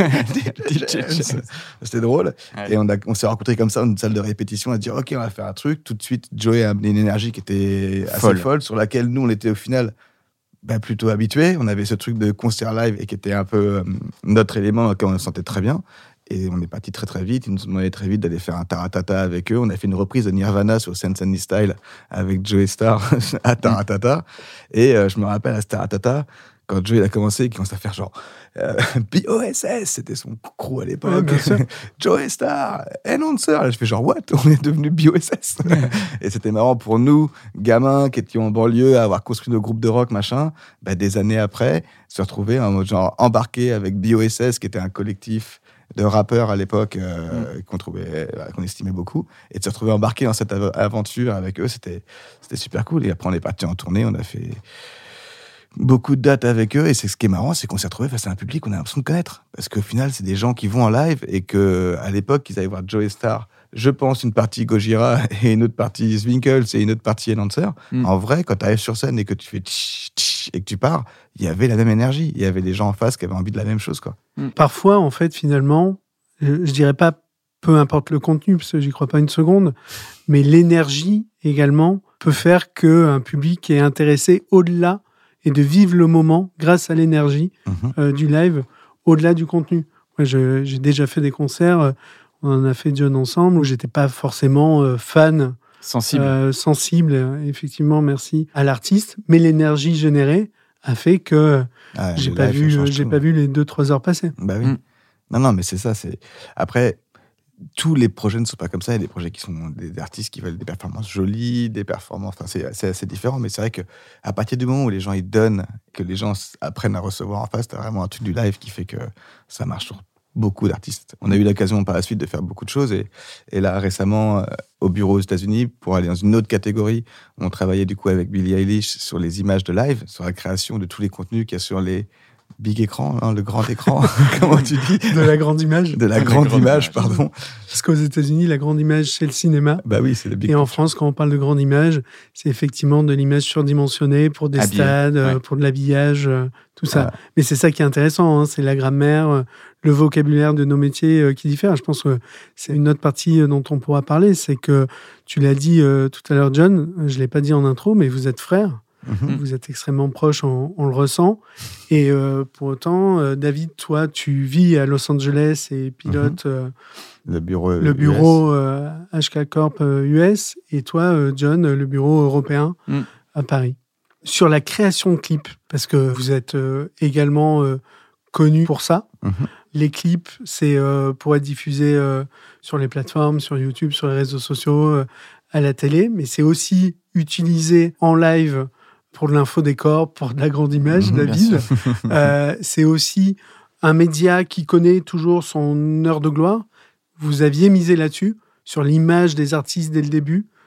D J James. C'était drôle. Ouais. Et on, a, on s'est rencontrés comme ça dans une salle de répétition à dire ok, on va faire un truc. Tout de suite, Joey a amené une énergie qui était assez folle, folle sur laquelle nous, on était au final bah, plutôt habitués. On avait ce truc de concert live et qui était un peu euh, notre élément dans lequel on se sentait très bien. Et on est parti très très vite. Ils nous ont demandé très vite d'aller faire un Taratata avec eux. On a fait une reprise de Nirvana sur Sense and Style avec Joey Starr à Taratata. Et euh, je me rappelle à ce Taratata, quand Joey a commencé, il commence à faire genre euh, B O S S, c'était son crew à l'époque. Ouais, Joey Starr, Announcer. Là, je fais genre, what? On est devenu B O S S. Et c'était marrant pour nous, gamins qui étions en banlieue, à avoir construit nos groupes de rock, machin. Bah, des années après, se retrouver en mode genre embarqué avec B O S S, qui était un collectif de rappeurs à l'époque euh, mm. qu'on trouvait, euh, qu'on estimait beaucoup, et de se retrouver embarqué dans cette av- aventure avec eux, c'était, c'était super cool. Et après, on est parti en tournée, on a fait beaucoup de dates avec eux, et c'est ce qui est marrant, c'est qu'on s'est retrouvé face à un public qu'on a l'impression de connaître, parce qu'au final, c'est des gens qui vont en live, et que à l'époque, ils allaient voir Joey Starr, je pense une partie Gojira et une autre partie Zwinkels et une autre partie Enhancer. Mm. En vrai, quand tu arrives sur scène et que tu fais tch, tch, et que tu pars, il y avait la même énergie. Il y avait des gens en face qui avaient envie de la même chose, quoi. Mm. Parfois, en fait, finalement, je, je dirais pas peu importe le contenu, parce que j'y crois pas une seconde, mais l'énergie également peut faire qu'un public est intéressé au-delà et de vivre le moment grâce à l'énergie mm-hmm. euh, du live, au-delà du contenu. Moi, je, j'ai déjà fait des concerts. Euh, On en a fait John ensemble, où j'étais pas forcément euh, fan, sensible, euh, sensible, effectivement, merci à l'artiste, mais l'énergie générée a fait que ah, j'ai pas vu, j'ai tout. pas vu les deux trois heures passer. Bah oui. Mm. Non, non, mais c'est ça. C'est après. Tous les projets ne sont pas comme ça. Il y a des projets qui sont des artistes qui veulent des performances jolies, des performances. Enfin, c'est, c'est assez différent, mais c'est vrai qu'à partir du moment où les gens ils donnent, que les gens apprennent à recevoir en face, t'as vraiment un truc du live qui fait que ça marche sur beaucoup d'artistes. On a eu l'occasion par la suite de faire beaucoup de choses. Et, et là, récemment, euh, au bureau aux États-Unis, pour aller dans une autre catégorie, on travaillait du coup avec Billie Eilish sur les images de live, sur la création de tous les contenus qu'il y a sur les big écran, hein, le grand écran, comment tu dis ? De la grande image. De la grande, grande image, image, pardon. Parce qu'aux États-Unis, la grande image, c'est le cinéma. Bah oui, c'est le big. Et en France, quand on parle de grande image, c'est effectivement de l'image surdimensionnée pour des Habillé, stades, ouais. pour de l'habillage, tout ça. Ah. Mais c'est ça qui est intéressant, hein, c'est la grammaire, le vocabulaire de nos métiers qui diffèrent. Je pense que c'est une autre partie dont on pourra parler, c'est que tu l'as dit euh, tout à l'heure, John, je ne l'ai pas dit en intro, mais vous êtes frères. Mmh. Vous êtes extrêmement proches, on, on le ressent. Et euh, pour autant, euh, David, toi, tu vis à Los Angeles et pilotes mmh. euh, le bureau, le bureau euh, H K Corp euh, U S. Et toi, euh, John, le bureau européen mmh. à Paris. Sur la création de clips, parce que vous êtes euh, également euh, connus pour ça. Mmh. Les clips, c'est euh, pour être diffusés euh, sur les plateformes, sur YouTube, sur les réseaux sociaux, euh, à la télé. Mais c'est aussi utilisé en live pour de l'infodécor, pour de la grande image, mmh, David. euh, c'est aussi un média qui connaît toujours son heure de gloire. Vous aviez misé là-dessus, sur l'image des artistes dès le début,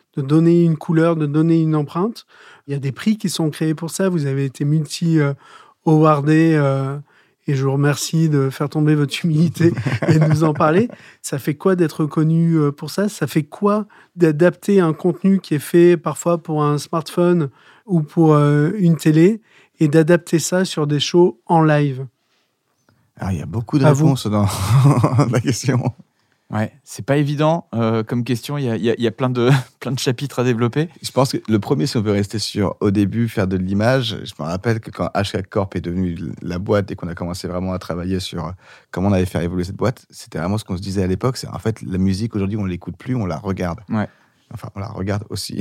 de donner une couleur, de donner une empreinte. Il y a des prix qui sont créés pour ça. Vous avez été multi-awardé euh, et je vous remercie de faire tomber votre humilité et de nous en parler. Ça fait quoi d'être connu pour ça? Ça fait quoi d'adapter un contenu qui est fait parfois pour un smartphone ou pour euh, une télé et d'adapter ça sur des shows en live? Alors, il y a beaucoup de À réponses vous. Dans la question. Ouais, c'est pas évident euh, comme question. Il y a, il y a, il y a plein, de, plein de chapitres à développer. Je pense que le premier, si on veut rester sur, au début, faire de l'image, je me rappelle que quand H K Corp est devenu la boîte et qu'on a commencé vraiment à travailler sur comment on allait faire évoluer cette boîte, c'était vraiment ce qu'on se disait à l'époque. C'est en fait, la musique, aujourd'hui, on ne l'écoute plus, on la regarde. Ouais. Enfin, on la regarde aussi.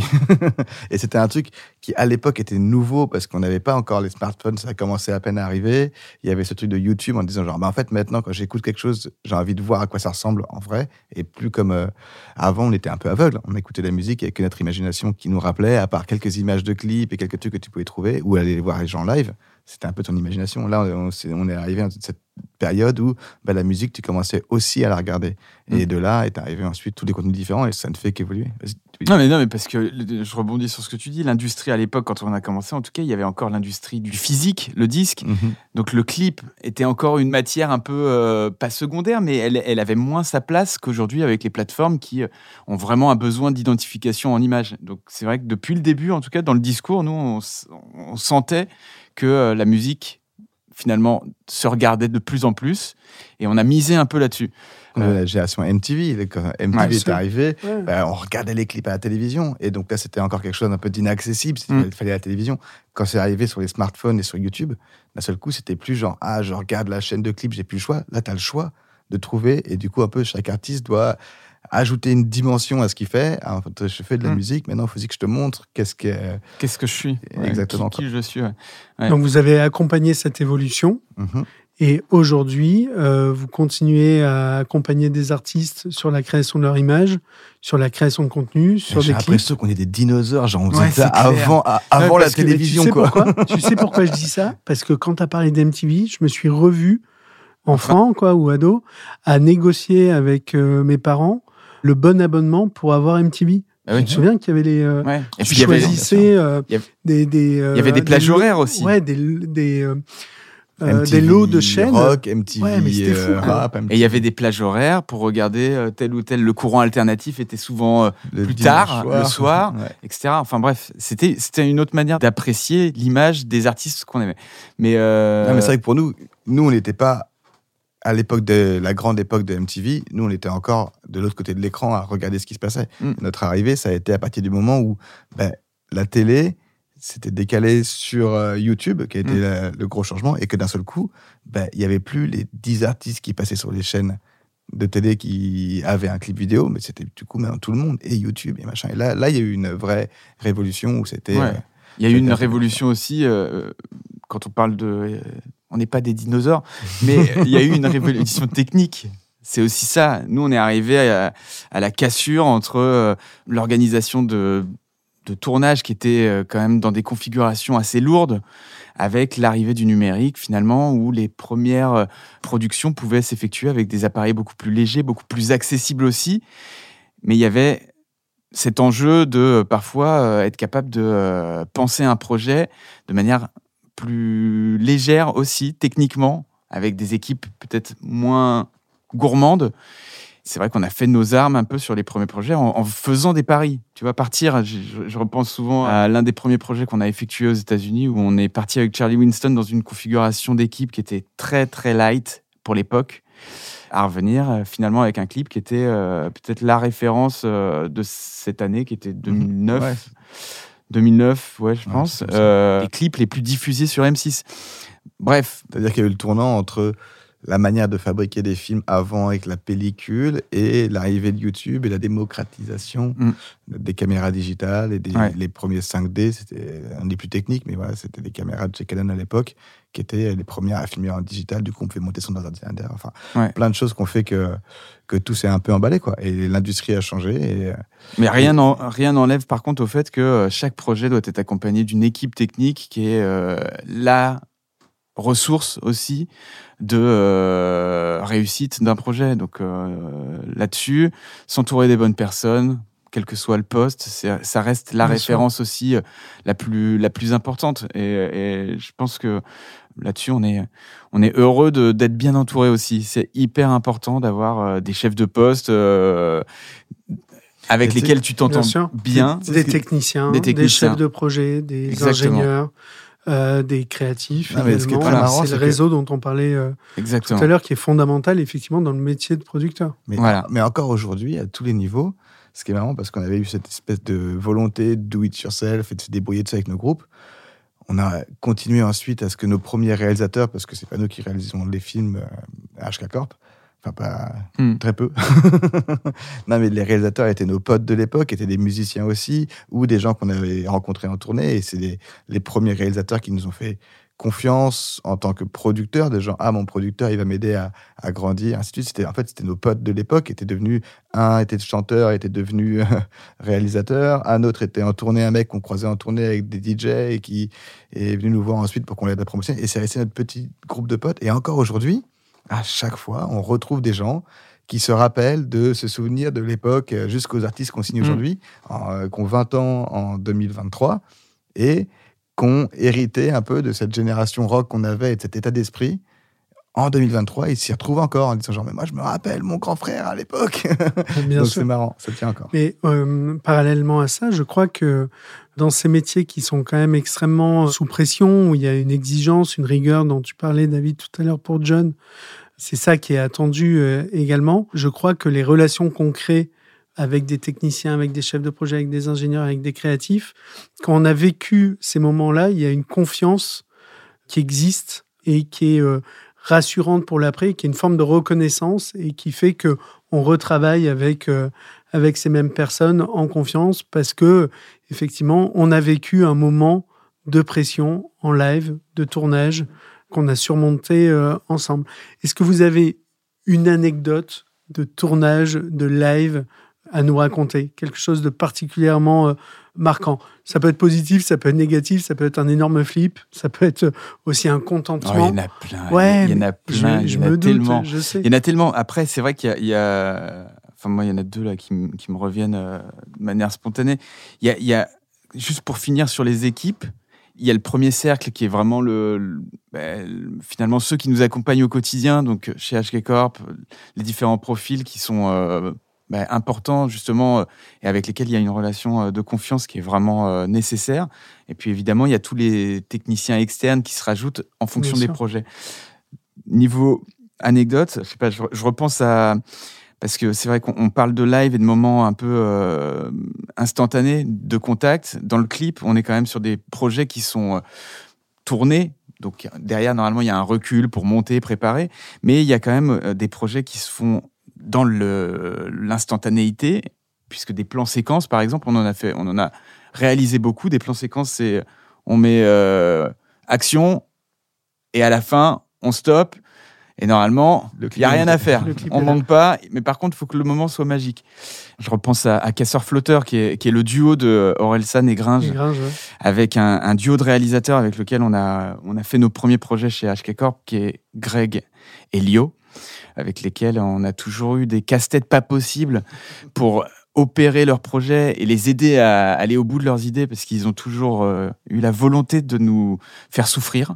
Et c'était un truc qui, à l'époque, était nouveau parce qu'on n'avait pas encore les smartphones. Ça a commencé à peine à arriver. Il y avait ce truc de YouTube en disant genre, bah, en fait, maintenant, quand j'écoute quelque chose, j'ai envie de voir à quoi ça ressemble en vrai. Et plus comme euh, avant, on était un peu aveugle. On écoutait la musique avec notre imagination qui nous rappelait, à part quelques images de clips et quelques trucs que tu pouvais trouver ou aller voir les gens live. C'était un peu ton imagination. Là, on, on est arrivé à cette période où bah, la musique, tu commençais aussi à la regarder. Et mmh. de là est arrivé ensuite tous les contenus différents et ça ne fait qu'évoluer. Non mais, non, mais parce que je rebondis sur ce que tu dis. L'industrie à l'époque, quand on a commencé, en tout cas, il y avait encore l'industrie du physique, le disque. Mmh. Donc le clip était encore une matière un peu, euh, pas secondaire, mais elle, elle avait moins sa place qu'aujourd'hui avec les plateformes qui ont vraiment un besoin d'identification en image. Donc c'est vrai que depuis le début, en tout cas, dans le discours, nous, on, on sentait que la musique, finalement, se regardait de plus en plus et on a misé un peu là-dessus. Euh, la génération M T V, quand M T V ouais, est arrivé, ouais. bah, on regardait les clips à la télévision et donc là, c'était encore quelque chose d'un peu d'inaccessible, il mm. fallait la télévision. Quand c'est arrivé sur les smartphones et sur YouTube, d'un seul coup, c'était plus genre, ah, je regarde la chaîne de clips, j'ai plus le choix. Là, tu as le choix de trouver et du coup, un peu, chaque artiste doit ajouter une dimension à ce qu'il fait. Alors, je fais de la mmh. musique, maintenant il faut aussi que je te montre qu'est-ce que qu'est-ce que je suis, exactement, ouais, qui, qui je suis. Ouais. Ouais. Donc vous avez accompagné cette évolution mmh. et aujourd'hui euh, vous continuez à accompagner des artistes sur la création de leur image, sur la création de contenu, sur J'ai des clips. J'ai l'impression qu'on est des dinosaures, genre on faisait ouais, ça avant, à, avant ouais, la télévision. Tu sais, quoi. Pourquoi tu sais pourquoi je dis ça? Parce que quand tu as parlé d'M T V, je me suis revu enfant quoi, ou ado à négocier avec euh, mes parents le bon abonnement pour avoir M T V. Ah oui. Je me souviens qu'il y avait les. Euh, ouais. Et puis choisissais euh, il y avait des, des. Euh, il y avait des plages horaires aussi. Ouais, des des, euh, euh, des lots de chaînes. Rock, M T V, ouais, mais c'était fou, euh, rap, M T V. Et il y avait des plages horaires pour regarder euh, tel ou tel. Le courant alternatif était souvent euh, plus tard, soir. le soir, ouais. et cetera. Enfin bref, c'était c'était une autre manière d'apprécier l'image des artistes qu'on aimait. Mais, euh... non, mais c'est vrai que pour nous, nous on n'était pas à l'époque de la grande époque de M T V, nous, on était encore de l'autre côté de l'écran à regarder ce qui se passait. Mm. Notre arrivée, ça a été à partir du moment où ben, la télé s'était décalée sur euh, YouTube, qui a été mm. la, le gros changement, et que d'un seul coup, ben, il n'y avait plus les dix artistes qui passaient sur les chaînes de télé qui avaient un clip vidéo, mais c'était du coup maintenant tout le monde, et YouTube, et machin. Et là, là, il y a eu une vraie révolution où c'était... Ouais. Euh, il y a eu une révolution aussi, euh, quand on parle de... Euh, on n'est pas des dinosaures, mais il y a eu une révolution technique. C'est aussi ça. Nous, on est arrivé à, à la cassure entre euh, l'organisation de, de tournage qui était euh, quand même dans des configurations assez lourdes, avec l'arrivée du numérique, finalement, où les premières euh, productions pouvaient s'effectuer avec des appareils beaucoup plus légers, beaucoup plus accessibles aussi. Mais il y avait cet enjeu de, euh, parfois, euh, être capable de euh, penser un projet de manière plus légère aussi, techniquement, avec des équipes peut-être moins gourmandes. C'est vrai qu'on a fait nos armes un peu sur les premiers projets en, en faisant des paris. Tu vois, partir, je, je repense souvent à l'un des premiers projets qu'on a effectué aux États-Unis, où on est parti avec Charlie Winston dans une configuration d'équipe qui était très, très light pour l'époque, à revenir finalement avec un clip qui était euh, peut-être la référence euh, de cette année, qui était deux mille neuf. Ouais. deux mille neuf, ouais, je pense. Ouais, euh, les clips les plus diffusés sur M six. Bref. C'est-à-dire qu'il y a eu le tournant entre la manière de fabriquer des films avant avec la pellicule et l'arrivée de YouTube et la démocratisation mm. des caméras digitales et des, ouais. les premiers cinq D. C'était un des plus techniques, mais voilà, c'était des caméras de chez Canon à l'époque qui étaient les premières à filmer en digital. Du coup, on pouvait monter son ordinateur. Enfin, ouais. plein de choses qui ont fait que, que tout s'est un peu emballé, quoi. Et l'industrie a changé. Et, mais rien et... rien n'enlève, par contre, au fait que chaque projet doit être accompagné d'une équipe technique qui est euh, la ressource aussi de euh, réussite d'un projet. Donc euh, là-dessus, s'entourer des bonnes personnes, quel que soit le poste, c'est, ça reste la Bien référence sûr. aussi euh, la plus, la plus importante. Et, et je pense que là-dessus, on est, on est heureux de, d'être bien entouré aussi. C'est hyper important d'avoir euh, des chefs de poste euh, avec Et lesquels tu t'entends Bien sûr. bien. Des, des techniciens, Des des techniciens. chefs de projet, des Exactement. ingénieurs, euh, des créatifs Non, mais ce qui est également. très marrant, c'est c'est le que- réseau dont on parlait euh, tout Exactement. à l'heure qui est fondamental effectivement dans le métier de producteur. Mais, Voilà. mais encore aujourd'hui, à tous les niveaux, ce qui est marrant, parce qu'on avait eu cette espèce de volonté de do it yourself et de se débrouiller de ça avec nos groupes, on a continué ensuite à ce que nos premiers réalisateurs, parce que c'est pas nous qui réalisons les films euh, à H K Corp, enfin pas Hmm. très peu. Non, mais les réalisateurs étaient nos potes de l'époque, étaient des musiciens aussi, ou des gens qu'on avait rencontrés en tournée, et c'est les, les premiers réalisateurs qui nous ont fait confiance en tant que producteurs, des gens, ah, mon producteur, il va m'aider à, à grandir, ainsi de suite. C'était, en fait, c'était nos potes de l'époque, étaient devenus, un était chanteur, était devenu euh, réalisateur, un autre était en tournée, un mec qu'on croisait en tournée avec des D J et qui est venu nous voir ensuite pour qu'on l'aide à promotionner. Et c'est resté notre petit groupe de potes. Et encore aujourd'hui, à chaque fois, on retrouve des gens qui se rappellent de se souvenir de l'époque euh, jusqu'aux artistes qu'on signe Mmh. aujourd'hui, en, euh, qui ont vingt ans en deux mille vingt-trois, et qu'on hérité un peu de cette génération rock qu'on avait et de cet état d'esprit. En deux mille vingt-trois, ils s'y retrouvent encore en disant genre, mais moi je me rappelle mon grand frère à l'époque. Bien Donc sûr. c'est marrant, ça tient encore. Mais euh, parallèlement à ça, je crois que dans ces métiers qui sont quand même extrêmement sous pression, où il y a une exigence, une rigueur dont tu parlais, David, tout à l'heure pour John, c'est ça qui est attendu euh, également. Je crois que les relations qu'on crée avec des techniciens, avec des chefs de projet, avec des ingénieurs, avec des créatifs, quand on a vécu ces moments-là, il y a une confiance qui existe et qui est euh, rassurante pour l'après, qui est une forme de reconnaissance et qui fait que on retravaille avec euh, avec ces mêmes personnes en confiance parce que effectivement, on a vécu un moment de pression en live, de tournage qu'on a surmonté euh, ensemble. Est-ce que vous avez une anecdote de tournage, de live à nous raconter? Quelque chose de particulièrement euh, marquant. Ça peut être positif, ça peut être négatif, ça peut être un énorme flip, ça peut être aussi un Oh, il contentement. y en a plein. Ouais, il y en a mais plein. je, il je y en a me doute, tellement. je sais. Il y en a tellement. Après, c'est vrai qu'il y a, il y a... Enfin, moi, il y en a deux là qui, m- qui me reviennent euh, de manière spontanée. Il y a, il y a... Juste pour finir sur les équipes, il y a le premier cercle qui est vraiment le, le- ben, le- finalement ceux qui nous accompagnent au quotidien, donc chez H K Corp, les différents profils qui sont euh, ben, importants justement euh, et avec lesquels il y a une relation euh, de confiance qui est vraiment euh, nécessaire. Et puis évidemment, il y a tous les techniciens externes qui se rajoutent en fonction Bien des sûr. projets. Niveau anecdote, je sais pas, je, je repense à parce que c'est vrai qu'on on parle de live et de moments un peu euh, instantanés de contact. Dans le clip, on est quand même sur des projets qui sont euh, tournés. Donc derrière, normalement, il y a un recul pour monter, préparer. Mais il y a quand même euh, des projets qui se font dans le, l'instantanéité, puisque des plans séquences, par exemple, on en a fait, on en a réalisé beaucoup. Des plans séquences, c'est on met euh, action et à la fin, on stoppe. Et normalement, Le il clip n'y a rien est- à faire. le clip On est ne là. manque pas, mais par contre, il faut que le moment soit magique. Je repense à, à Casseur Flotteur, qui est, qui est le duo de Orelsan et Gringe, Et Gringe, ouais. avec un, un duo de réalisateurs avec lequel on a, on a fait nos premiers projets chez H K Corp, qui est Greg et Lio, avec lesquels on a toujours eu des casse-têtes pas possibles pour opérer leurs projets et les aider à aller au bout de leurs idées, parce qu'ils ont toujours euh, eu la volonté de nous faire souffrir.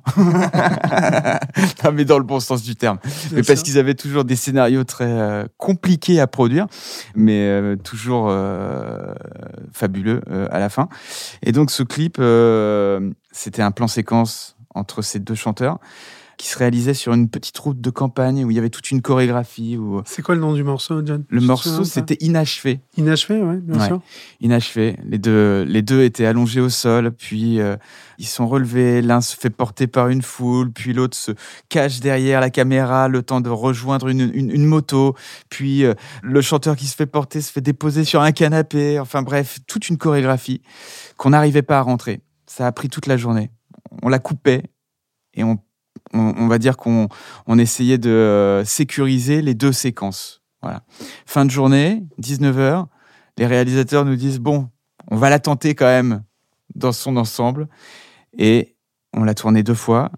Non, mais dans le bon sens du terme. Bien Mais parce sûr. qu'ils avaient toujours des scénarios très euh, compliqués à produire, mais euh, toujours euh, fabuleux euh, à la fin. Et donc ce clip, euh, c'était un plan séquence entre ces deux chanteurs qui se réalisait sur une petite route de campagne où il y avait toute une chorégraphie. Où C'est quoi le nom du morceau, John? le Tu te morceau, souviens de ça? c'était Inachevé. Inachevé, ouais, bien Ouais. sûr. Inachevé. Les deux, les deux étaient allongés au sol, puis euh, ils sont relevés. L'un se fait porter par une foule, puis l'autre se cache derrière la caméra, le temps de rejoindre une, une, une moto. Puis euh, le chanteur qui se fait porter se fait déposer sur un canapé. Enfin bref, toute une chorégraphie qu'on n'arrivait pas à rentrer. Ça a pris toute la journée. On la coupait et on, on, on va dire qu'on on essayait de euh, sécuriser les deux séquences. Voilà. Fin de journée, dix-neuf heures. Les réalisateurs nous disent, bon, on va la tenter quand même dans son ensemble. Et on l'a tournée deux fois.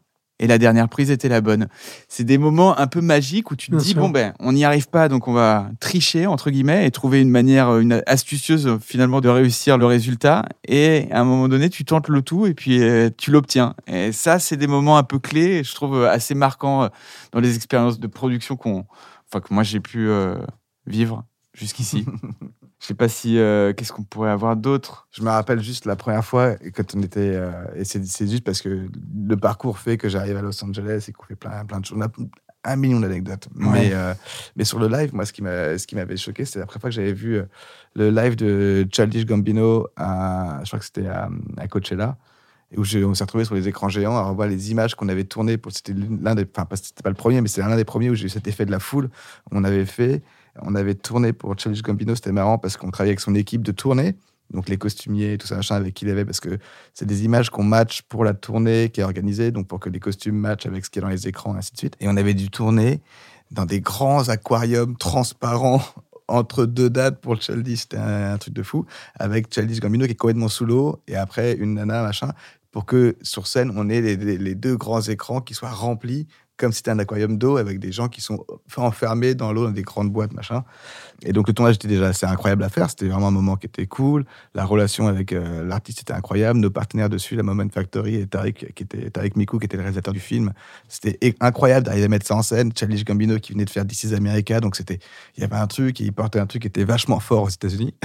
et la dernière prise était la bonne. C'est des moments un peu magiques où tu te Bien dis, sûr. bon, ben, on n'y arrive pas, donc on va tricher, entre guillemets, et trouver une manière une astucieuse, finalement, de réussir le résultat. Et à un moment donné, tu tentes le tout et puis euh, tu l'obtiens. Et ça, c'est des moments un peu clés, je trouve assez marquants euh, dans les expériences de production qu'on, enfin, que moi, j'ai pu euh, vivre jusqu'ici. Je sais pas si euh, qu'est-ce qu'on pourrait avoir d'autre. Je me rappelle juste la première fois quand on était euh, et c'est, c'est juste parce que le parcours fait que j'arrive à Los Angeles et qu'on fait plein plein de choses. On a un million d'anecdotes. Ouais. Mais euh, mais sur le live, moi ce qui m'a ce qui m'avait choqué, c'était la première fois que j'avais vu euh, le live de Childish Gambino à, je crois que c'était à, à Coachella. Et où je, on s'est retrouvé sur les écrans géants à revoir les images qu'on avait tournées. Pour, c'était l'un des, enfin, c'était pas le premier, mais c'était l'un des premiers où j'ai eu cet effet de la foule. On avait fait, on avait tourné pour Childish Gambino. C'était marrant parce qu'on travaillait avec son équipe de tournée, donc les costumiers, tout ça, machin, avec qui il avait, parce que c'est des images qu'on match pour la tournée qui est organisée, donc pour que les costumes matchent avec ce qui est dans les écrans, et ainsi de suite. Et on avait dû tourner dans des grands aquariums transparents entre deux dates pour le Childish. C'était un, un truc de fou, avec Childish Gambino qui est complètement sous l'eau, et après une nana, machin, pour que sur scène, on ait les, les, les deux grands écrans qui soient remplis, comme si c'était un aquarium d'eau, avec des gens qui sont enfermés dans l'eau, dans des grandes boîtes, machin. Et donc, le tournage était déjà assez incroyable à faire. C'était vraiment un moment qui était cool. La relation avec euh, l'artiste était incroyable. Nos partenaires dessus, la Moment Factory et Tariq, qui était, Tariq Mikou, qui était le réalisateur du film. C'était incroyable d'arriver à mettre ça en scène. Childish Gambino, qui venait de faire This is America. Donc, c'était, il y avait un truc, il portait un truc qui était vachement fort aux États-Unis.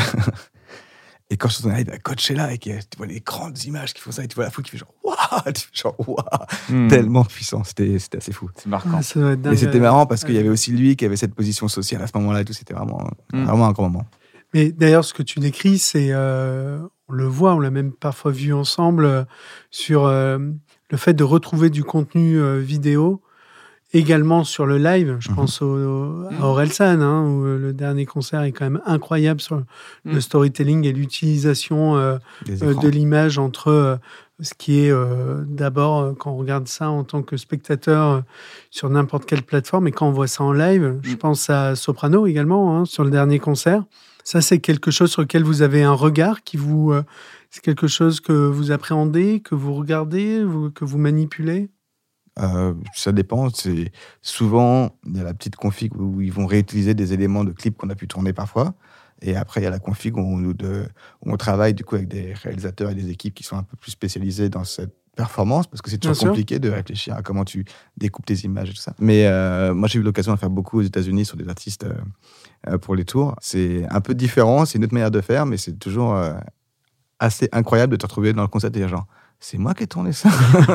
Et quand je suis arrivé à Coachella et que tu vois les grandes images qui font ça, et tu vois la foule qui fait genre waouh, tu fais genre waouh, Mmh. tellement puissant, c'était, c'était assez fou. C'est marquant. Ouais, ça doit être dingue. Et c'était marrant parce qu'il y Ouais. avait aussi lui qui avait cette position sociale à ce moment-là et tout, c'était vraiment, Mm. vraiment un grand moment. Mais d'ailleurs, ce que tu décris, c'est, euh, on le voit, on l'a même parfois vu ensemble euh, sur euh, le fait de retrouver du contenu euh, vidéo également sur le live. Je Mhm. pense au, au- à Orelsan, hein, où euh, le dernier concert est quand même incroyable sur le Mm. storytelling et l'utilisation euh, Des euh, écrans. de l'image entre euh, ce qui est euh, d'abord, euh, quand on regarde ça en tant que spectateur euh, sur n'importe quelle plateforme, et quand on voit ça en live, je Mm. pense à Soprano également, hein, sur le dernier concert. Ça, c'est quelque chose sur lequel vous avez un regard, qui vous, euh, c'est quelque chose que vous appréhendez, que vous regardez, vous- que vous manipulez. Euh, ça dépend. C'est souvent il y a la petite config où ils vont réutiliser des éléments de clips qu'on a pu tourner parfois. Et après, il y a la config où on, de, où on travaille du coup avec des réalisateurs et des équipes qui sont un peu plus spécialisés dans cette performance, parce que c'est toujours Bien sûr. compliqué de réfléchir à comment tu découpes tes images et tout ça. Mais euh, moi, j'ai eu l'occasion de faire beaucoup aux États-Unis sur des artistes euh, euh, pour les tours. C'est un peu différent, c'est une autre manière de faire, mais c'est toujours euh, assez incroyable de te retrouver dans le concert et dire genre, c'est moi qui ai tourné ça.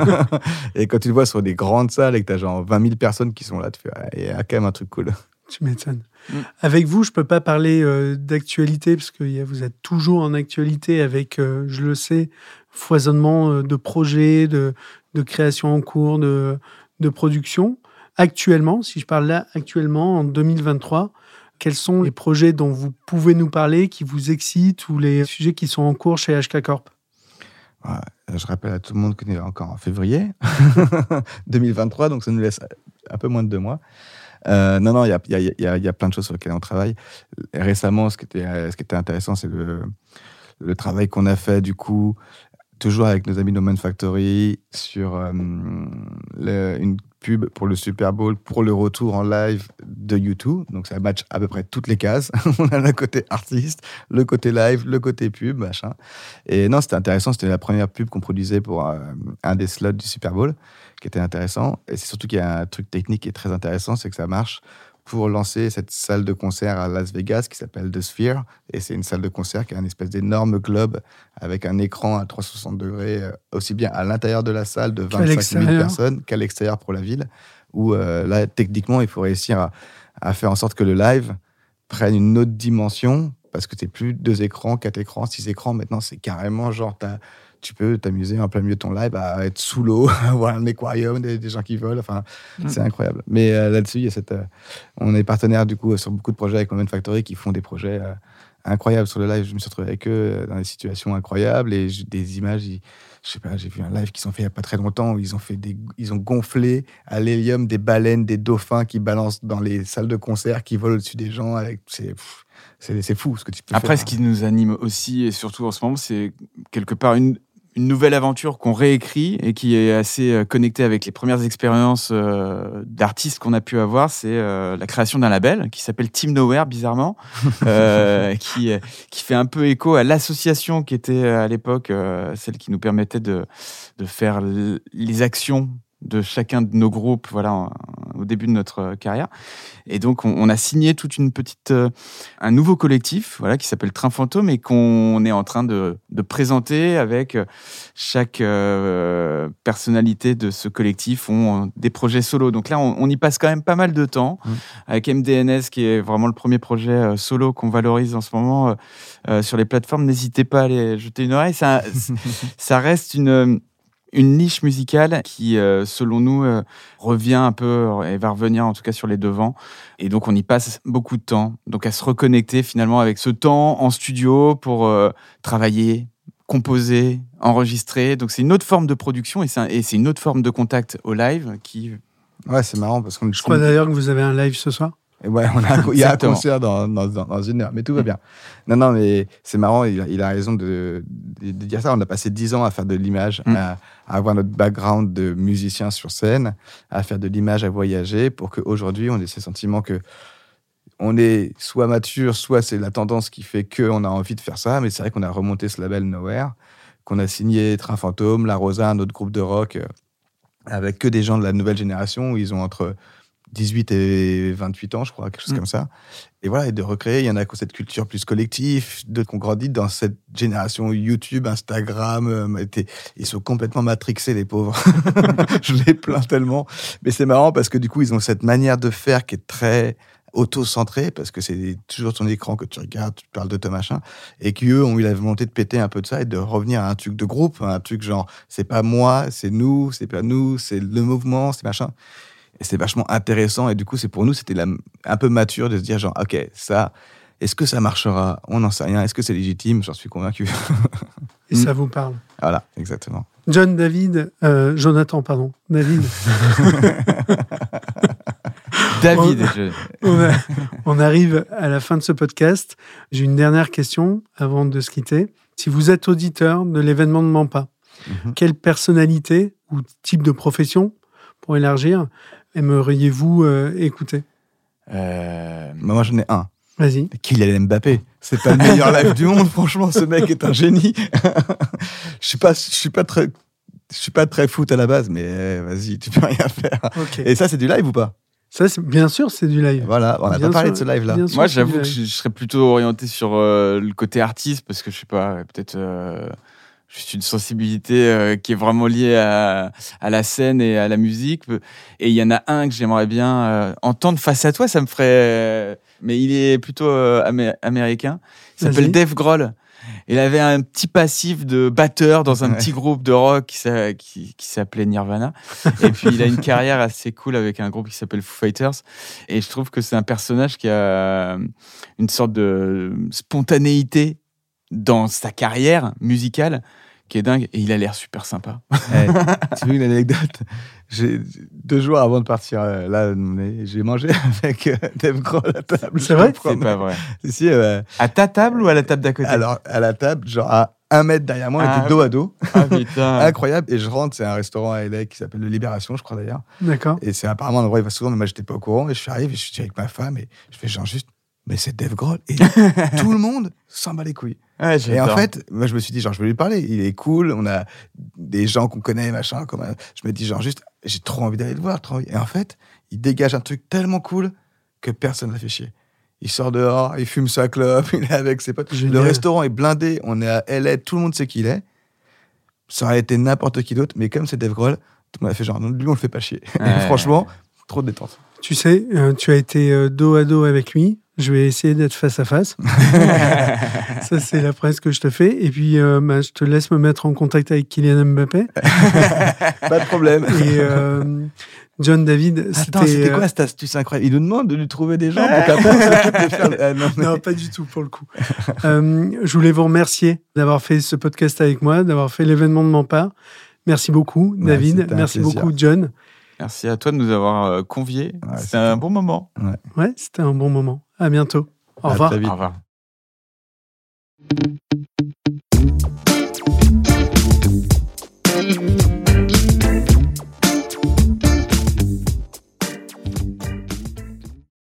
Et quand tu le vois sur des grandes salles et que tu as genre vingt mille personnes qui sont là, tu fais, ah, il y a quand même un truc cool. Tu m'étonnes. Mm. Avec vous, je peux pas parler euh, d'actualité, parce que y a- vous êtes toujours en actualité avec, euh, je le sais, foisonnement euh, de projets, de, de création en cours, de, de production. Actuellement, si je parle là actuellement, en deux mille vingt-trois, quels sont les projets dont vous pouvez nous parler, qui vous excitent, ou les sujets qui sont en cours chez H K Corp? Ouais, je rappelle à tout le monde qu'on est encore en février deux mille vingt-trois, donc ça nous laisse un peu moins de deux mois. Euh, non, non, il y a, y, a, y, a, y a plein de choses sur lesquelles on travaille. Récemment, ce qui était, ce qui était intéressant, c'est le, le travail qu'on a fait, du coup, toujours avec nos amis de Moment Factory, sur euh, le, une pub pour le Super Bowl, pour le retour en live de U deux. Donc, ça match à peu près toutes les cases. On a le côté artiste, le côté live, le côté pub, machin. Et non, c'était intéressant. C'était la première pub qu'on produisait pour euh, un des slots du Super Bowl, qui était intéressant. Et c'est surtout qu'il y a un truc technique qui est très intéressant, c'est que ça marche pour lancer cette salle de concert à Las Vegas qui s'appelle The Sphere. Et c'est une salle de concert qui a une espèce d'énorme globe avec un écran à trois cent soixante degrés, euh, aussi bien à l'intérieur de la salle de vingt-cinq mille personnes qu'à l'extérieur pour la ville, où euh, là, techniquement, il faut réussir à, à faire en sorte que le live prenne une autre dimension, parce que c'est plus deux écrans, quatre écrans, six écrans. Maintenant, c'est carrément genre, t'as, tu peux t'amuser en plein milieu de ton live à être sous l'eau, à voir un aquarium, des, des gens qui volent. Enfin, mmh. c'est incroyable. Mais euh, là-dessus, il y a cette, euh, on est partenaire du coup sur beaucoup de projets avec Moment Factory qui font des projets euh, incroyables sur le live. Je me suis retrouvé avec eux euh, dans des situations incroyables et des images. Ils, je sais pas, j'ai vu un live qu'ils ont fait il y a pas très longtemps où ils ont fait des, ils ont gonflé à l'hélium des baleines, des dauphins qui balancent dans les salles de concert, qui volent au-dessus des gens. Avec, c'est, pff, c'est, c'est fou ce que tu peux Après, faire. ce qui nous anime aussi et surtout en ce moment, c'est quelque part une une nouvelle aventure qu'on réécrit et qui est assez connectée avec les premières expériences euh, d'artistes qu'on a pu avoir. C'est euh, la création d'un label qui s'appelle Team Nowhere, bizarrement, euh, qui, qui fait un peu écho à l'association qui était à l'époque euh, celle qui nous permettait de, de faire l- les actions de chacun de nos groupes, voilà, en, au début de notre carrière. Et donc, on, on a signé toute une petite, euh, un nouveau collectif, voilà, qui s'appelle Train Fantôme et qu'on est en train de, de présenter avec chaque euh, personnalité de ce collectif ont des projets solo. Donc là, on, on y passe quand même pas mal de temps mmh. avec M D N S, qui est vraiment le premier projet euh, solo qu'on valorise en ce moment euh, euh, sur les plateformes. N'hésitez pas à aller jeter une oreille. Ça, ça reste une Une niche musicale qui, euh, selon nous, euh, revient un peu et va revenir en tout cas sur les devants. Et donc, on y passe beaucoup de temps. Donc, à se reconnecter finalement avec ce temps en studio pour euh, travailler, composer, enregistrer. Donc, c'est une autre forme de production et c'est, un, et c'est une autre forme de contact au live qui... Ouais, c'est marrant parce qu'on... Je crois d'ailleurs que vous avez un live ce soir. Et ouais, on a un, il y a un concert dans, dans, dans une heure, mais tout va bien. Non, non, mais c'est marrant, il a, il a raison de, de, de dire ça. On a passé dix ans à faire de l'image, mm. à, à avoir notre background de musicien sur scène, à faire de l'image, à voyager, pour qu'aujourd'hui, on ait ce sentiment que on est soit mature, soit c'est la tendance qui fait qu'on a envie de faire ça. Mais c'est vrai qu'on a remonté ce label Nowhere, qu'on a signé Train Fantôme, La Rosa, un autre groupe de rock, euh, avec que des gens de la nouvelle génération, où ils ont entre dix-huit et vingt-huit ans, je crois, quelque chose mmh. comme ça. Et voilà, et de recréer, il y en a qui ont cette culture plus collective, d'autres qui ont grandi dans cette génération YouTube, Instagram. Euh, ils sont complètement matrixés, les pauvres. Je les plains tellement. Mais c'est marrant parce que du coup, ils ont cette manière de faire qui est très auto-centrée, parce que c'est toujours ton écran que tu regardes, tu parles de ton machin, et qu'eux ont eu la volonté de péter un peu de ça et de revenir à un truc de groupe, un truc genre, c'est pas moi, c'est nous, c'est pas nous, c'est le mouvement, c'est machin. Et c'est vachement intéressant. Et du coup, c'est pour nous, c'était la, un peu mature de se dire genre, OK, ça, est-ce que ça marchera ? On n'en sait rien. Est-ce que c'est légitime ? J'en suis convaincu. Et ça vous parle ? Voilà, exactement. John, David, euh, Jonathan, pardon. David. David. On, je... on, a, on arrive à la fin de ce podcast. J'ai une dernière question avant de se quitter. Si vous êtes auditeur de l'événement Ne ment pas, mm-hmm. quelle personnalité ou type de profession, pour élargir, aimeriez-vous euh, écouter ? euh, Moi, j'en ai un. Vas-y. Kylian Mbappé. C'est pas le meilleur live du monde, franchement. Ce mec est un génie. Je suis pas, je suis pas très, je suis pas très foot à la base, mais vas-y, tu peux rien faire. Okay. Et ça, c'est du live ou pas ? Ça, c'est, bien sûr, c'est du live. Voilà, on n'a pas parlé sûr, de ce live-là. Moi, j'avoue que je, je serais plutôt orienté sur euh, le côté artiste, parce que je sais pas, peut-être. Euh... juste une sensibilité euh, qui est vraiment liée à, à la scène et à la musique. Et il y en a un que j'aimerais bien euh, entendre face à toi, ça me ferait... Euh, mais il est plutôt euh, amé- américain. Il s'appelle Vas-y. Dave Grohl. Il avait un petit passif de batteur dans un ouais. petit groupe de rock qui, s'a, qui, qui s'appelait Nirvana. Et puis, il a une carrière assez cool avec un groupe qui s'appelle Foo Fighters. Et je trouve que c'est un personnage qui a une sorte de spontanéité dans sa carrière musicale qui est dingue, et il a l'air super sympa. Hey, tu veux une anecdote ? J'ai, deux jours avant de partir, euh, là, j'ai mangé avec euh, Dave Grohl à table. C'est vrai ? C'est pas vrai. Si, euh, à ta table ou à la table d'à côté ? Alors, à la table, genre à un mètre derrière moi, on ah, était dos à dos. Ah putain. Incroyable. Et je rentre, c'est un restaurant à L A qui s'appelle Le Libération, je crois d'ailleurs. D'accord. Et c'est apparemment un endroit où il va souvent, mais moi, j'étais pas au courant. Et je suis arrivé, et je suis avec ma femme, et je fais genre juste, mais c'est Dave Grohl. Et tout le monde s'en bat les couilles. Ouais, et en fait, moi, je me suis dit, genre, je vais lui parler. Il est cool. On a des gens qu'on connaît, machin. Comme un... Je me dis, genre, juste, j'ai trop envie d'aller le voir. Trop envie. Et en fait, il dégage un truc tellement cool que personne ne l'a fait chier. Il sort dehors, il fume sa clope, il est avec ses potes. Génial. Le restaurant est blindé. On est à L A, tout le monde sait qui il est. Ça aurait été n'importe qui d'autre. Mais comme c'est Dave Grohl, tout le monde a fait genre, lui, on le fait pas chier. Ouais. Et franchement, trop de détente. Tu sais, euh, tu as été euh, dos à dos avec lui. Je vais essayer d'être face à face. Ça, c'est la presse que je te fais. Et puis, euh, bah, je te laisse me mettre en contact avec Kylian Mbappé. Pas de problème. Et euh, John, David, Attends, c'était... c'était quoi cette astuce incroyable ? Il nous demande de lui trouver des gens pour qu'après, on faire... ah, non, mais... non, pas du tout, pour le coup. euh, je voulais vous remercier d'avoir fait ce podcast avec moi, d'avoir fait l'événement Ne ment pas. Merci beaucoup, David. Ouais, merci plaisir. beaucoup, John. Merci à toi de nous avoir conviés. Ouais, c'était, c'était un bon moment. Ouais. ouais, c'était un bon moment. À bientôt. Au à revoir. Au revoir.